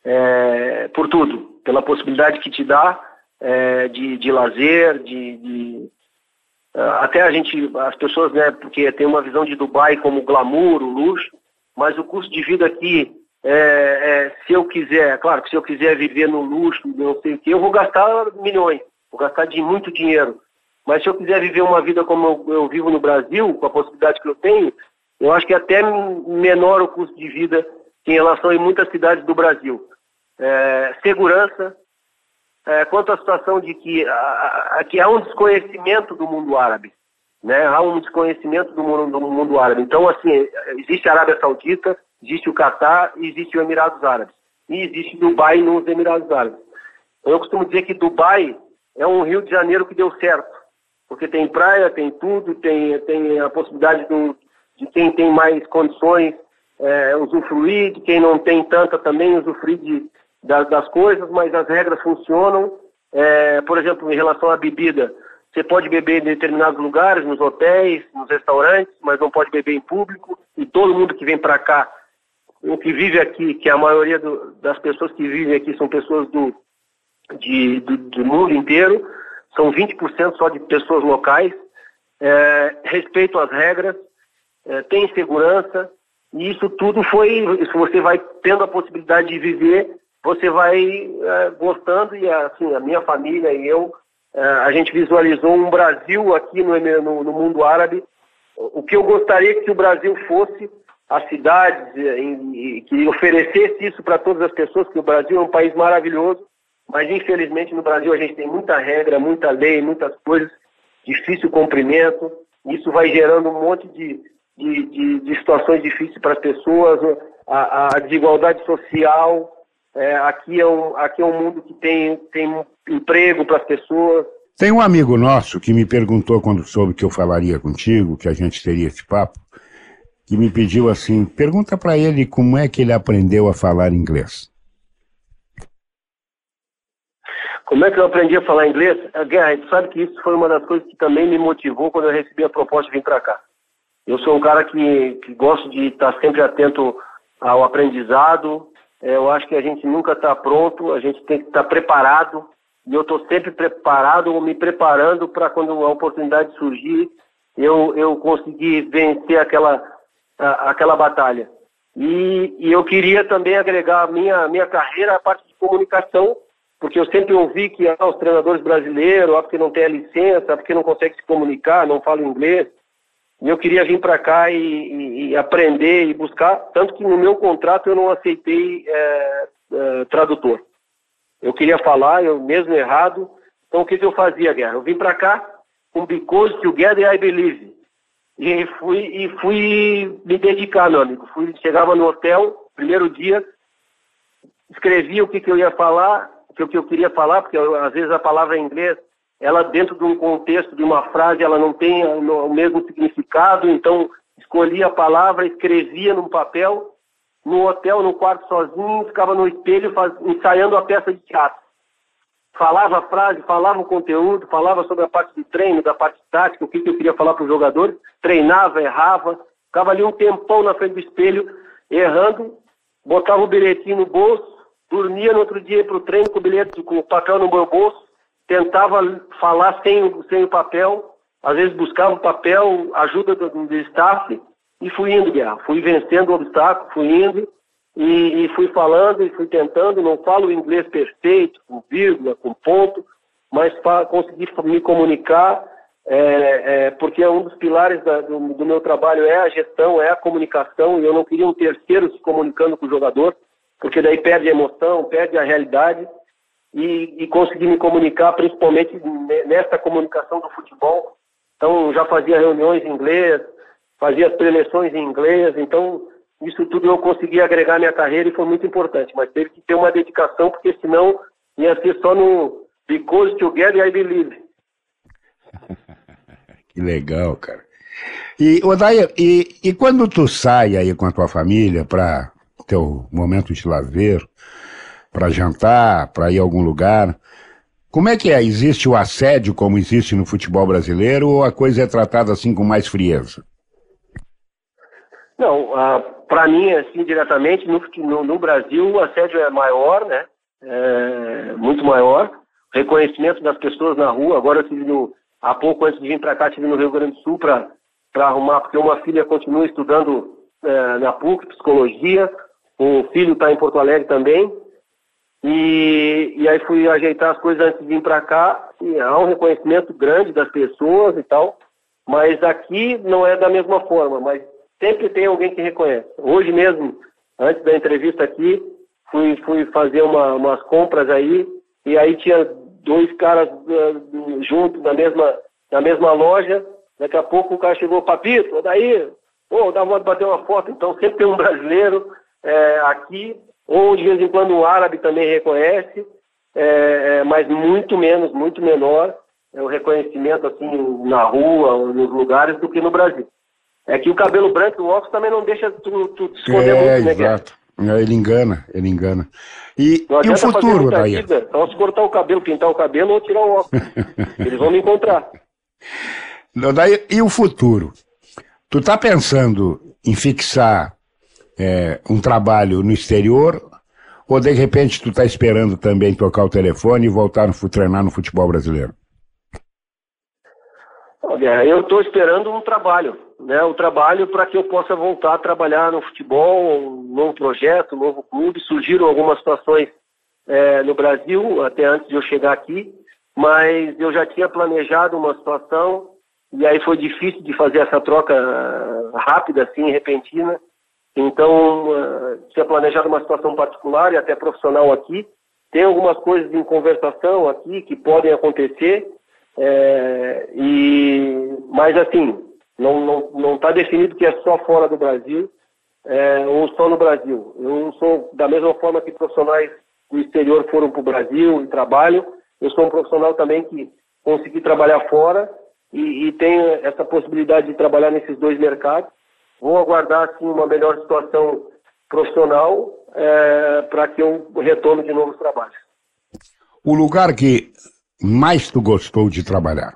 é, por tudo, pela possibilidade que te dá é, de, de lazer, de, de até a gente, as pessoas, né, porque tem uma visão de Dubai como glamour, o luxo, mas o custo de vida aqui, é, é, se eu quiser, claro que se eu quiser viver no luxo, não sei o que, eu vou gastar milhões, vou gastar de muito dinheiro. Mas se eu quiser viver uma vida como eu, eu vivo no Brasil, com a possibilidade que eu tenho, eu acho que é até menor o custo de vida em relação a muitas cidades do Brasil. É, segurança, é, quanto à situação de que aqui há um desconhecimento do mundo árabe, né? Há um desconhecimento do mundo, do mundo árabe. Então, assim, existe a Arábia Saudita, existe o Catar e existe o Emirados Árabes. E existe Dubai nos Emirados Árabes. Eu costumo dizer que Dubai é um Rio de Janeiro que deu certo. Porque tem praia, tem tudo, tem, tem a possibilidade do, de quem tem mais condições é, usufruir, de quem não tem tanta também usufruir de, das, das coisas, mas as regras funcionam. É, por exemplo, em relação à bebida, você pode beber em determinados lugares, nos hotéis, nos restaurantes, mas não pode beber em público. E todo mundo que vem para cá, o que vive aqui, que a maioria do, das pessoas que vivem aqui são pessoas do, de, do, do mundo inteiro, são vinte por cento só de pessoas locais, é, respeitam as regras, é, tem segurança, e isso tudo foi, se você vai tendo a possibilidade de viver, você vai é, gostando, e assim, a minha família e eu, é, a gente visualizou um Brasil aqui no, no, no mundo árabe. O que eu gostaria que o Brasil fosse, as cidades, e, que oferecesse isso para todas as pessoas, que o Brasil é um país maravilhoso, mas infelizmente no Brasil a gente tem muita regra, muita lei, muitas coisas, difícil cumprimento, isso vai gerando um monte de, de, de, de situações difíceis para as pessoas, a, a desigualdade social, é, aqui, é um, aqui é um mundo que tem, tem emprego para as pessoas. Tem um amigo nosso que me perguntou quando soube que eu falaria contigo, que a gente teria esse papo, que me pediu assim, pergunta para ele como é que ele aprendeu a falar inglês. Como é que eu aprendi a falar inglês? A Guerra, tu sabe que isso foi uma das coisas que também me motivou quando eu recebi a proposta de vir para cá. Eu sou um cara que, que gosto de estar sempre atento ao aprendizado. É, eu acho que a gente nunca está pronto, a gente tem que estar preparado. E eu estou sempre preparado ou me preparando para quando a oportunidade surgir, eu, eu conseguir vencer aquela, a, aquela batalha. E, e eu queria também agregar a minha, minha carreira à parte de comunicação, porque eu sempre ouvi que ah, os treinadores brasileiros, ah, porque não tem a licença, ah, porque não consegue se comunicar, não fala inglês. E eu queria vir para cá e, e, e aprender e buscar, tanto que no meu contrato eu não aceitei é, é, tradutor. Eu queria falar, eu mesmo errado. Então o que, que eu fazia, Guerra? Eu vim para cá com Because Together I Believe. E fui, e fui me dedicar, meu amigo. Fui, chegava no hotel, primeiro dia, escrevia o que, que eu ia falar, o que eu queria falar, porque eu, às vezes a palavra em inglês, ela dentro de um contexto, de uma frase, ela não tem o mesmo significado, então escolhia a palavra, escrevia num papel, no hotel, no quarto sozinho, ficava no espelho faz, ensaiando a peça de teatro. Falava a frase, falava o conteúdo, falava sobre a parte do treino, da parte tática, o que, que eu queria falar para os jogadores, treinava, errava, ficava ali um tempão na frente do espelho, errando, botava o bilhetinho no bolso, dormia no outro dia para o treino com o bilhete, com o papel no meu bolso, tentava falar sem, o- sem o papel, às vezes buscava o papel, ajuda do, do staff, e fui indo, Guerra. Fui vencendo o obstáculo, fui indo, e, e fui falando, e fui tentando. Não falo o inglês perfeito, com vírgula, com ponto, mas fa- consegui me comunicar, é, é, porque um dos pilares da- do, do meu trabalho é a gestão, é a comunicação, e eu não queria um terceiro se comunicando com o jogador, porque daí perde a emoção, perde a realidade, e, e consegui me comunicar, principalmente ne- nessa comunicação do futebol. Então, já fazia reuniões em inglês, fazia as preleções em inglês, então isso tudo eu consegui agregar minha carreira e foi muito importante, mas teve que ter uma dedicação, porque senão ia ser só no because together I believe. Que legal, cara. E, Odair, e, e quando tu sai aí com a tua família para teu momento de lazer, para jantar, para ir a algum lugar, como é que é? Existe o assédio como existe no futebol brasileiro ou a coisa é tratada assim com mais frieza? Não, para mim, assim, diretamente, no, no, no Brasil o assédio é maior, né? É, muito maior. Reconhecimento das pessoas na rua. Agora eu estive no, há pouco antes de vir para cá, estive no Rio Grande do Sul para arrumar, porque uma filha continua estudando é, na P U C, psicologia, o filho está em Porto Alegre também, e, e aí fui ajeitar as coisas antes de vir para cá, e há um reconhecimento grande das pessoas e tal, mas aqui não é da mesma forma, mas sempre tem alguém que reconhece. Hoje mesmo, antes da entrevista aqui, fui, fui fazer uma, umas compras aí, e aí tinha dois caras uh, juntos na mesma, na mesma loja. Daqui a pouco o cara chegou, Papito, daí, pô, dá vontade de bater uma foto. Então sempre tem um brasileiro é, aqui, ou de vez em quando um árabe também reconhece, é, é, mas muito menos, muito menor é o reconhecimento assim na rua, ou nos lugares, do que no Brasil. É que o cabelo branco e o óculos também não deixa tu, tu te esconder É, muito, né, Guerra? exato. Ele engana, ele engana. E, Não e o adianta fazer futuro, muita Odair? vida, só se cortar o cabelo, pintar o cabelo ou tirar o óculos. Eles vão me encontrar. Odair, e o futuro? Tu tá pensando em fixar é, um trabalho no exterior ou de repente tu tá esperando também tocar o telefone e voltar a treinar no futebol brasileiro? Olha, eu estou esperando um trabalho, né? Um trabalho para que eu possa voltar a trabalhar no futebol, um novo projeto, um novo clube. Surgiram algumas situações é, no Brasil, até antes de eu chegar aqui, mas eu já tinha planejado uma situação e aí foi difícil de fazer essa troca uh, rápida, assim, repentina. Então, uh, tinha planejado uma situação particular e até profissional aqui. Tem algumas coisas em conversação aqui que podem acontecer, é, e, mas assim, não não não está definido que é só fora do Brasil é, ou só no Brasil. Eu não sou, da mesma forma que profissionais do exterior foram para o Brasil e trabalham, eu sou um profissional também que consegui trabalhar fora e, e tenho essa possibilidade de trabalhar nesses dois mercados. Vou aguardar assim, uma melhor situação profissional é, para que eu retorne de novos trabalhos. O lugar que mais tu gostou de trabalhar?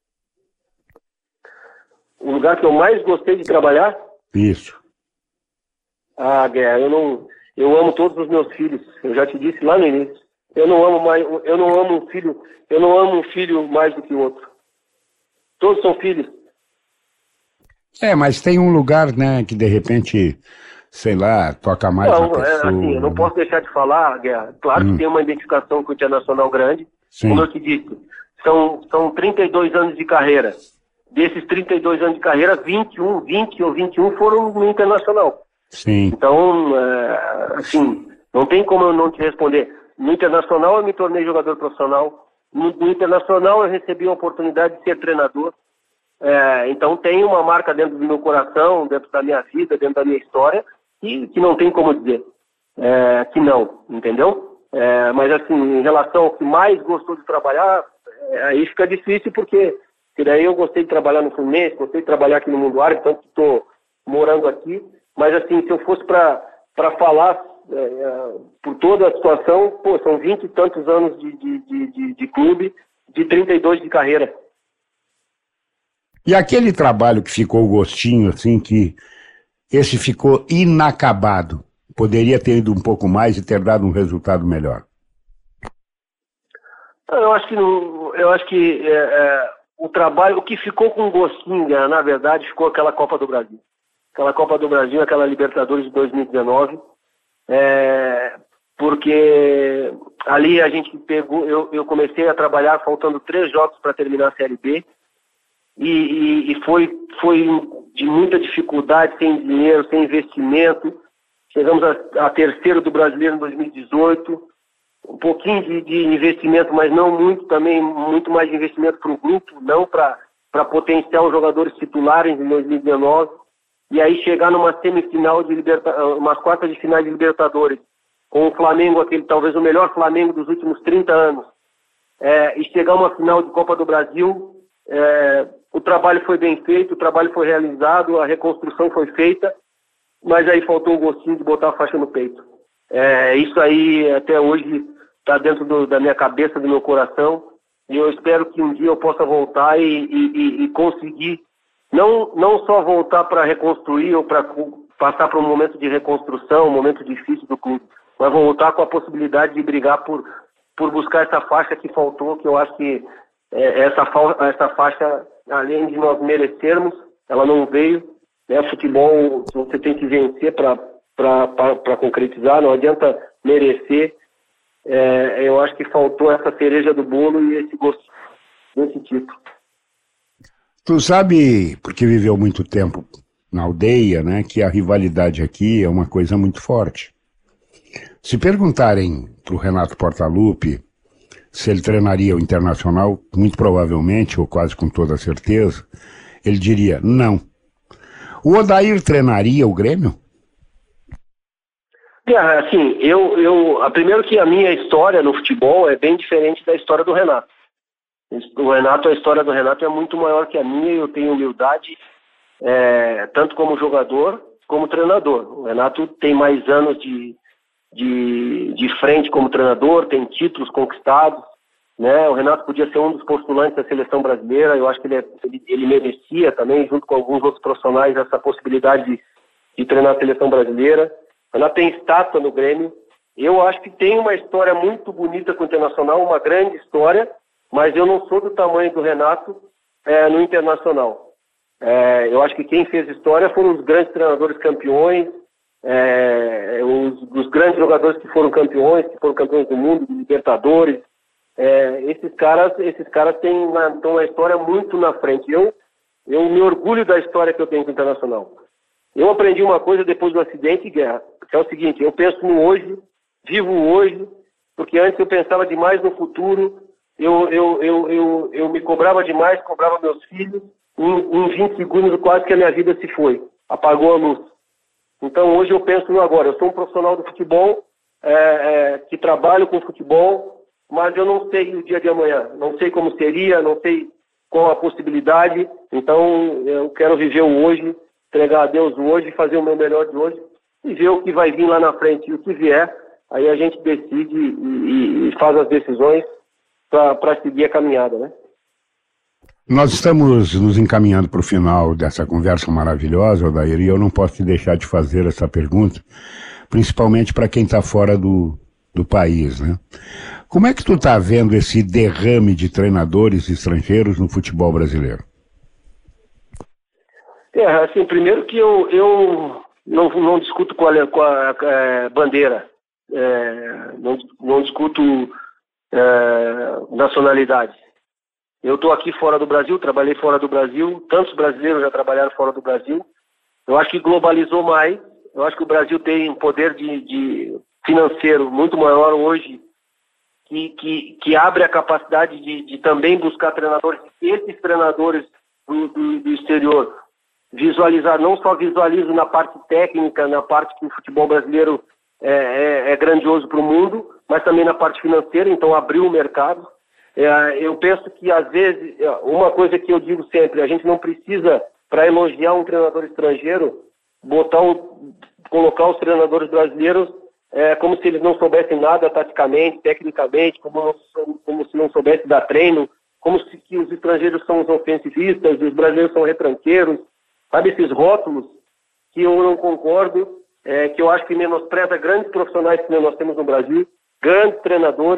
O lugar que eu mais gostei de trabalhar? Isso. Ah, Guerra, eu não, eu amo todos os meus filhos. Eu já te disse lá no início. Eu não amo mais, eu não amo um filho, eu não amo um filho mais do que o outro. Todos são filhos. É, mas tem um lugar, né, que de repente, sei lá, toca mais Não, a pessoa. é, assim, eu não né? posso deixar de falar, Guerra. Claro Hum. que tem uma identificação com o Internacional grande. Sim. Como eu te disse, são, são trinta e dois anos de carreira. Desses trinta e dois anos de carreira, vinte e um, vinte ou vinte e um foram no Internacional. Sim. Então, é, assim, não tem como eu não te responder. No Internacional eu me tornei jogador profissional. No, no Internacional eu recebi a oportunidade de ser treinador. É, então tem uma marca dentro do meu coração, dentro da minha vida, dentro da minha história, que, que não tem como dizer é, que não, entendeu? É, mas assim, em relação ao que mais gostou de trabalhar, é, aí fica difícil porque, porque daí eu gostei de trabalhar no Fluminense, gostei de trabalhar aqui no Mundo Árabe, tanto que estou morando aqui. Mas assim, se eu fosse para falar é, por toda a situação, pô, são vinte e tantos anos de, de, de, de, de clube, de trinta e dois de carreira. E aquele trabalho que ficou o gostinho, assim, que esse ficou inacabado, poderia ter ido um pouco mais e ter dado um resultado melhor? Eu acho que, não, eu acho que é, é, o trabalho, o que ficou com gostinho, na verdade, ficou aquela Copa do Brasil. Aquela Copa do Brasil, aquela Libertadores de dois mil e dezenove, é, porque ali a gente pegou, eu, eu comecei a trabalhar faltando três jogos para terminar a Série B, e, e, e foi, foi de muita dificuldade, sem dinheiro, sem investimento. Chegamos a, a terceiro do Brasileiro em dois mil e dezoito, um pouquinho de, de investimento, mas não muito também, muito mais de investimento para o grupo, não para potenciar os jogadores titulares em dois mil e dezenove, e aí chegar numa semifinal de liberta, umas quartas de final de Libertadores, com o Flamengo, aquele talvez o melhor Flamengo dos últimos trinta anos, é, e chegar uma final de Copa do Brasil, é, o trabalho foi bem feito, o trabalho foi realizado, a reconstrução foi feita, mas aí faltou o gostinho de botar a faixa no peito. É, isso aí até hoje está dentro do, da minha cabeça, do meu coração, e eu espero que um dia eu possa voltar e, e, e conseguir, não, não só voltar para reconstruir ou para passar por um momento de reconstrução, um momento difícil do clube, mas voltar com a possibilidade de brigar por, por buscar essa faixa que faltou, que eu acho que é, essa, essa faixa, além de nós merecermos, ela não veio, né? Futebol, você tem que vencer para concretizar, não adianta merecer. É, eu acho que faltou essa cereja do bolo e esse gosto desse tipo. Tu sabe, porque viveu muito tempo na aldeia, né, que a rivalidade aqui é uma coisa muito forte. Se perguntarem para o Renato Portaluppi se ele treinaria o Internacional, muito provavelmente, ou quase com toda certeza, ele diria não. O Odair treinaria o Grêmio? É, assim, eu, eu, primeiro que a minha história no futebol é bem diferente da história do Renato. O Renato, a história do Renato é muito maior que a minha, e eu tenho humildade, é, tanto como jogador como treinador. O Renato tem mais anos de, de, de frente como treinador, tem títulos conquistados, né? O Renato podia ser um dos postulantes da seleção brasileira, eu acho que ele, é, ele, ele merecia também, junto com alguns outros profissionais, essa possibilidade de, de treinar a seleção brasileira. O Renato tem estátua no Grêmio. Eu acho que tem uma história muito bonita com o Internacional, uma grande história, mas eu não sou do tamanho do Renato é, no Internacional. É, eu acho que quem fez história foram os grandes treinadores campeões, é, os, os grandes jogadores que foram campeões, que foram campeões do mundo, de Libertadores. É, esses caras, esses caras têm uma, têm uma história muito na frente. Eu, eu me orgulho da história que eu tenho com o Internacional. Eu aprendi uma coisa depois do acidente, Guerra, que é o seguinte: eu penso no hoje, vivo hoje, porque antes eu pensava demais no futuro, eu, eu, eu, eu, eu me cobrava demais, cobrava meus filhos, em, em vinte segundos quase que a minha vida se foi, apagou a luz. Então hoje eu penso no agora. Eu sou um profissional do futebol, é, é, que trabalho com futebol, mas eu não sei o dia de amanhã, não sei como seria, não sei qual a possibilidade, então eu quero viver o hoje, entregar a Deus o hoje, fazer o meu melhor de hoje e ver o que vai vir lá na frente. E o que vier, aí a gente decide e, e, e faz as decisões para seguir a caminhada, né? Nós estamos nos encaminhando para o final dessa conversa maravilhosa, Odair, e eu não posso te deixar de fazer essa pergunta, principalmente para quem está fora do, do país, né? Como é que tu está vendo esse derrame de treinadores estrangeiros no futebol brasileiro? É, assim, primeiro que eu, eu não, não discuto com a, com a, a bandeira, é, não, não discuto é, nacionalidade. Eu estou aqui fora do Brasil, trabalhei fora do Brasil, tantos brasileiros já trabalharam fora do Brasil. Eu acho que globalizou mais, eu acho que o Brasil tem um poder de, de financeiro muito maior hoje, que, que, que abre a capacidade de, de também buscar treinadores, esses treinadores do, do, do exterior, visualizar, não só visualizo na parte técnica, na parte que o futebol brasileiro é, é, é grandioso para o mundo, mas também na parte financeira, então abriu o mercado. É, eu penso que às vezes, uma coisa que eu digo sempre, a gente não precisa, para elogiar um treinador estrangeiro, botar o, colocar os treinadores brasileiros é, como se eles não soubessem nada taticamente, tecnicamente, como, não, como se não soubessem dar treino, como se que os estrangeiros são os ofensivistas, os brasileiros são retranqueiros. Sabe, esses rótulos que eu não concordo, é, que eu acho que menospreza grandes profissionais que nós temos no Brasil, grandes treinadores,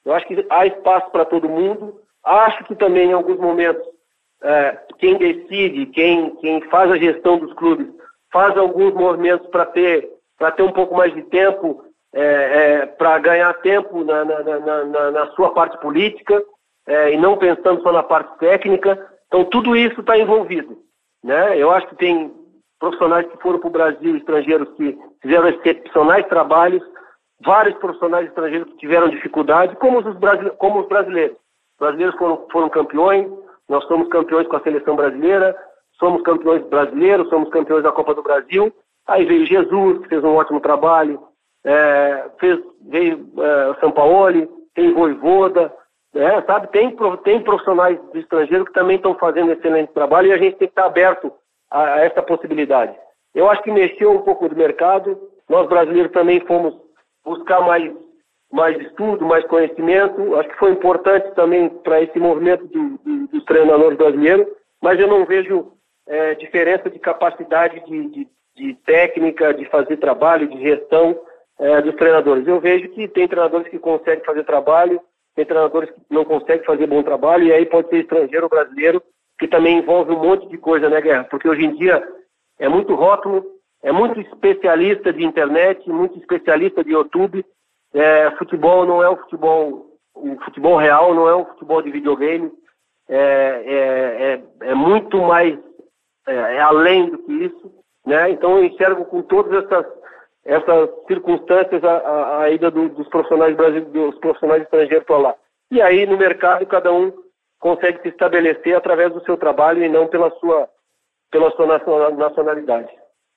Eu acho que há espaço para todo mundo. Acho que também, em alguns momentos, é, quem decide, quem, quem faz a gestão dos clubes, faz alguns movimentos para ter, para ter um pouco mais de tempo, é, é, para ganhar tempo na, na, na, na, na sua parte política, é, e não pensando só na parte técnica. Então, tudo isso está envolvido, né? Eu acho que tem profissionais que foram para o Brasil, estrangeiros que fizeram excepcionais trabalhos, vários profissionais estrangeiros que tiveram dificuldade, como os brasileiros. Como os brasileiros. Os brasileiros foram, foram campeões, nós somos campeões com a seleção brasileira, somos campeões brasileiros, somos campeões da Copa do Brasil. Aí veio Jesus, que fez um ótimo trabalho, é, fez, veio é, Sampaoli, tem Vojvoda, é, sabe? Tem, tem profissionais do estrangeiro que também estão fazendo excelente trabalho e a gente tem que estar aberto a, a essa possibilidade. Eu acho que mexeu um pouco do mercado, nós brasileiros também fomos buscar mais, mais estudo, mais conhecimento. Acho que foi importante também para esse movimento do, do, dos treinadores brasileiros, mas eu não vejo é, diferença de capacidade de, de, de técnica, de fazer trabalho, de gestão é, dos treinadores. Eu vejo que tem treinadores que conseguem fazer trabalho, tem treinadores que não conseguem fazer bom trabalho, e aí pode ser estrangeiro ou brasileiro, que também envolve um monte de coisa, né, Guerra? Porque hoje em dia é muito rótulo, é muito especialista de internet, muito especialista de YouTube. É, futebol não é o futebol, o futebol real, não é um futebol de videogame. É, é, é, é muito mais, é, é além do que isso, né? Então eu enxergo com todas essas, essas circunstâncias a, a, a ida do, dos profissionais brasileiros, dos profissionais estrangeiros para lá. E aí no mercado cada um consegue se estabelecer através do seu trabalho e não pela sua, pela sua nacionalidade.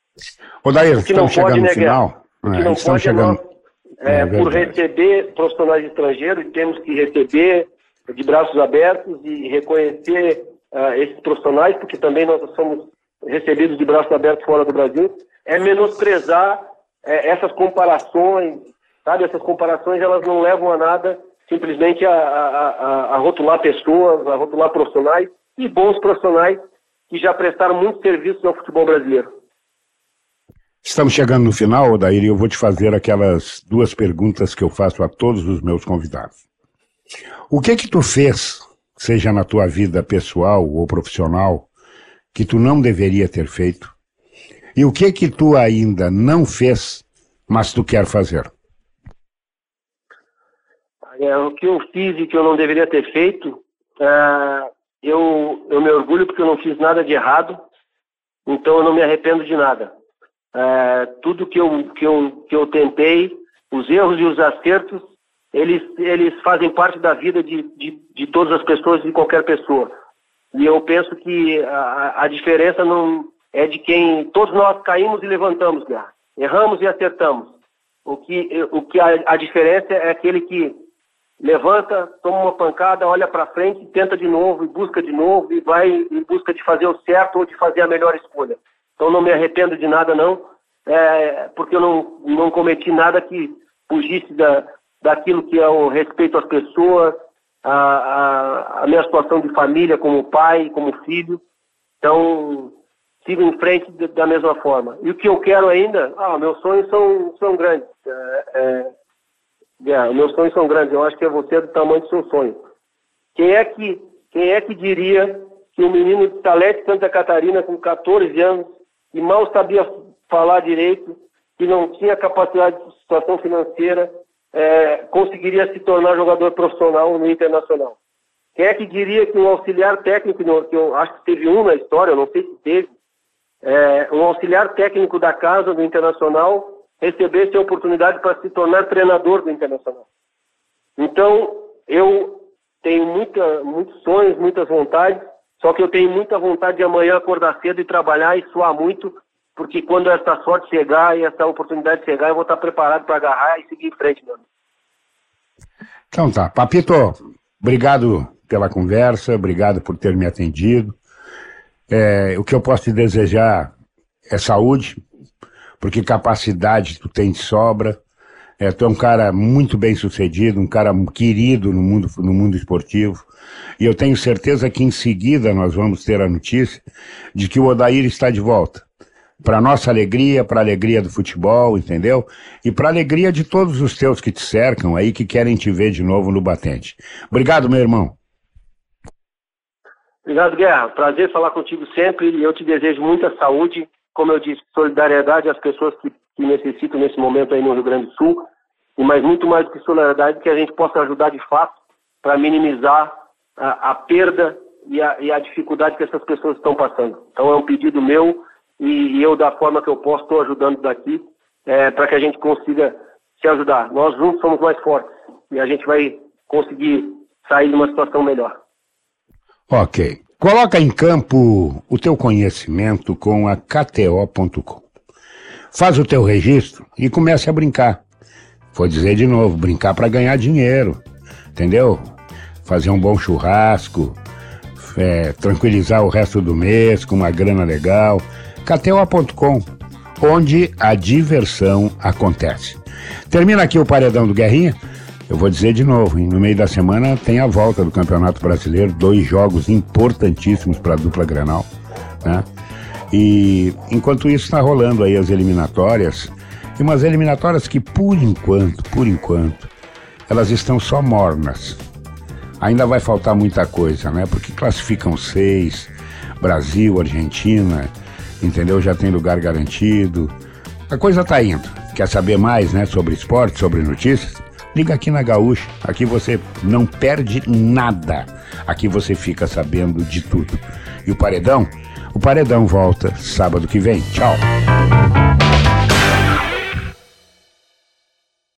Odair, estamos chegando no final. O que não pode é nós, é, por receber profissionais estrangeiros, temos que receber de braços abertos e reconhecer uh, esses profissionais, porque também nós somos recebidos de braços abertos fora do Brasil, é menosprezar é, essas comparações, sabe? Essas comparações, elas não levam a nada, simplesmente a, a, a, a rotular pessoas, a rotular profissionais e bons profissionais que já prestaram muitos serviços ao futebol brasileiro. Estamos chegando no final, Odair, e eu vou te fazer aquelas duas perguntas que eu faço a todos os meus convidados. O que que tu fez, seja na tua vida pessoal ou profissional, que tu não deveria ter feito? E o que que tu ainda não fez, mas tu quer fazer? É, o que eu fiz e que eu não deveria ter feito, é, eu, eu me orgulho porque eu não fiz nada de errado, então eu não me arrependo de nada. É, tudo que eu, que, eu, que eu tentei, os erros e os acertos, eles, eles fazem parte da vida de, de, de todas as pessoas, de qualquer pessoa. E eu penso que a, a diferença não é de quem... Todos nós caímos e levantamos, Guerra. Erramos e acertamos. O que, o que a, a diferença é aquele que levanta, toma uma pancada, olha para frente, tenta de novo, e busca de novo, e vai em busca de fazer o certo ou de fazer a melhor escolha. Então não me arrependo de nada não, é, porque eu não, não cometi nada que fugisse da, daquilo que é o respeito às pessoas, a, a, a minha situação de família como pai, como filho. Então sigo em frente de, da mesma forma. E o que eu quero ainda, ah, meus sonhos são, são grandes. É, é, é, meus sonhos são grandes, eu acho que é você do tamanho do seu sonho. Quem é que, quem é que diria que um menino de Salete, Santa Catarina, com quatorze anos, que mal sabia falar direito, que não tinha capacidade de situação financeira, é, conseguiria se tornar jogador profissional no Internacional? Quem é que diria que um auxiliar técnico, que eu acho que teve um na história, eu não sei se teve, é, um auxiliar técnico da casa do Internacional recebesse a oportunidade para se tornar treinador do Internacional? Então, eu tenho muita, muitos sonhos, muitas vontades, só que eu tenho muita vontade de amanhã acordar cedo e trabalhar e suar muito, porque quando essa sorte chegar e essa oportunidade chegar, eu vou estar preparado para agarrar e seguir em frente, mano. Então tá. Papito, obrigado pela conversa, obrigado por ter me atendido. É, o que eu posso te desejar é saúde, porque capacidade tu tem de sobra. É, tu é um cara muito bem sucedido, um cara querido no mundo, no mundo esportivo. E eu tenho certeza que em seguida nós vamos ter a notícia de que o Odair está de volta. para nossa alegria, para a alegria do futebol, entendeu? E para a alegria de todos os teus que te cercam aí, que querem te ver de novo no batente. Obrigado, meu irmão. Obrigado, Guerra. Prazer falar contigo sempre e eu te desejo muita saúde. Como eu disse, solidariedade às pessoas que, que necessitam nesse momento aí no Rio Grande do Sul. E mais muito mais do que solidariedade, que a gente possa ajudar de fato para minimizar a, a perda e a, e a dificuldade que essas pessoas estão passando. Então é um pedido meu e, e eu, da forma que eu posso, estou ajudando daqui é, para que a gente consiga se ajudar. Nós juntos somos mais fortes e a gente vai conseguir sair de uma situação melhor. Ok. Coloca em campo o teu conhecimento com a K T O ponto com. Faz o teu registro e comece a brincar. Vou dizer de novo, brincar para ganhar dinheiro, entendeu? Fazer um bom churrasco, é, tranquilizar o resto do mês com uma grana legal. K T O ponto com, onde a diversão acontece. Termina aqui o Paredão do Guerrinha. Eu vou dizer de novo, hein? No meio da semana tem a volta do Campeonato Brasileiro, dois jogos importantíssimos para a dupla Grenal, né? E enquanto isso está rolando aí as eliminatórias, e umas eliminatórias que por enquanto, por enquanto, elas estão só mornas. Ainda vai faltar muita coisa, né? Porque classificam seis, Brasil, Argentina, entendeu? Já tem lugar garantido. A coisa tá indo. Quer saber mais, né? Sobre esporte, sobre notícias? Liga aqui na Gaúcha. Aqui você não perde nada. Aqui você fica sabendo de tudo. E o Paredão? O Paredão volta sábado que vem. Tchau.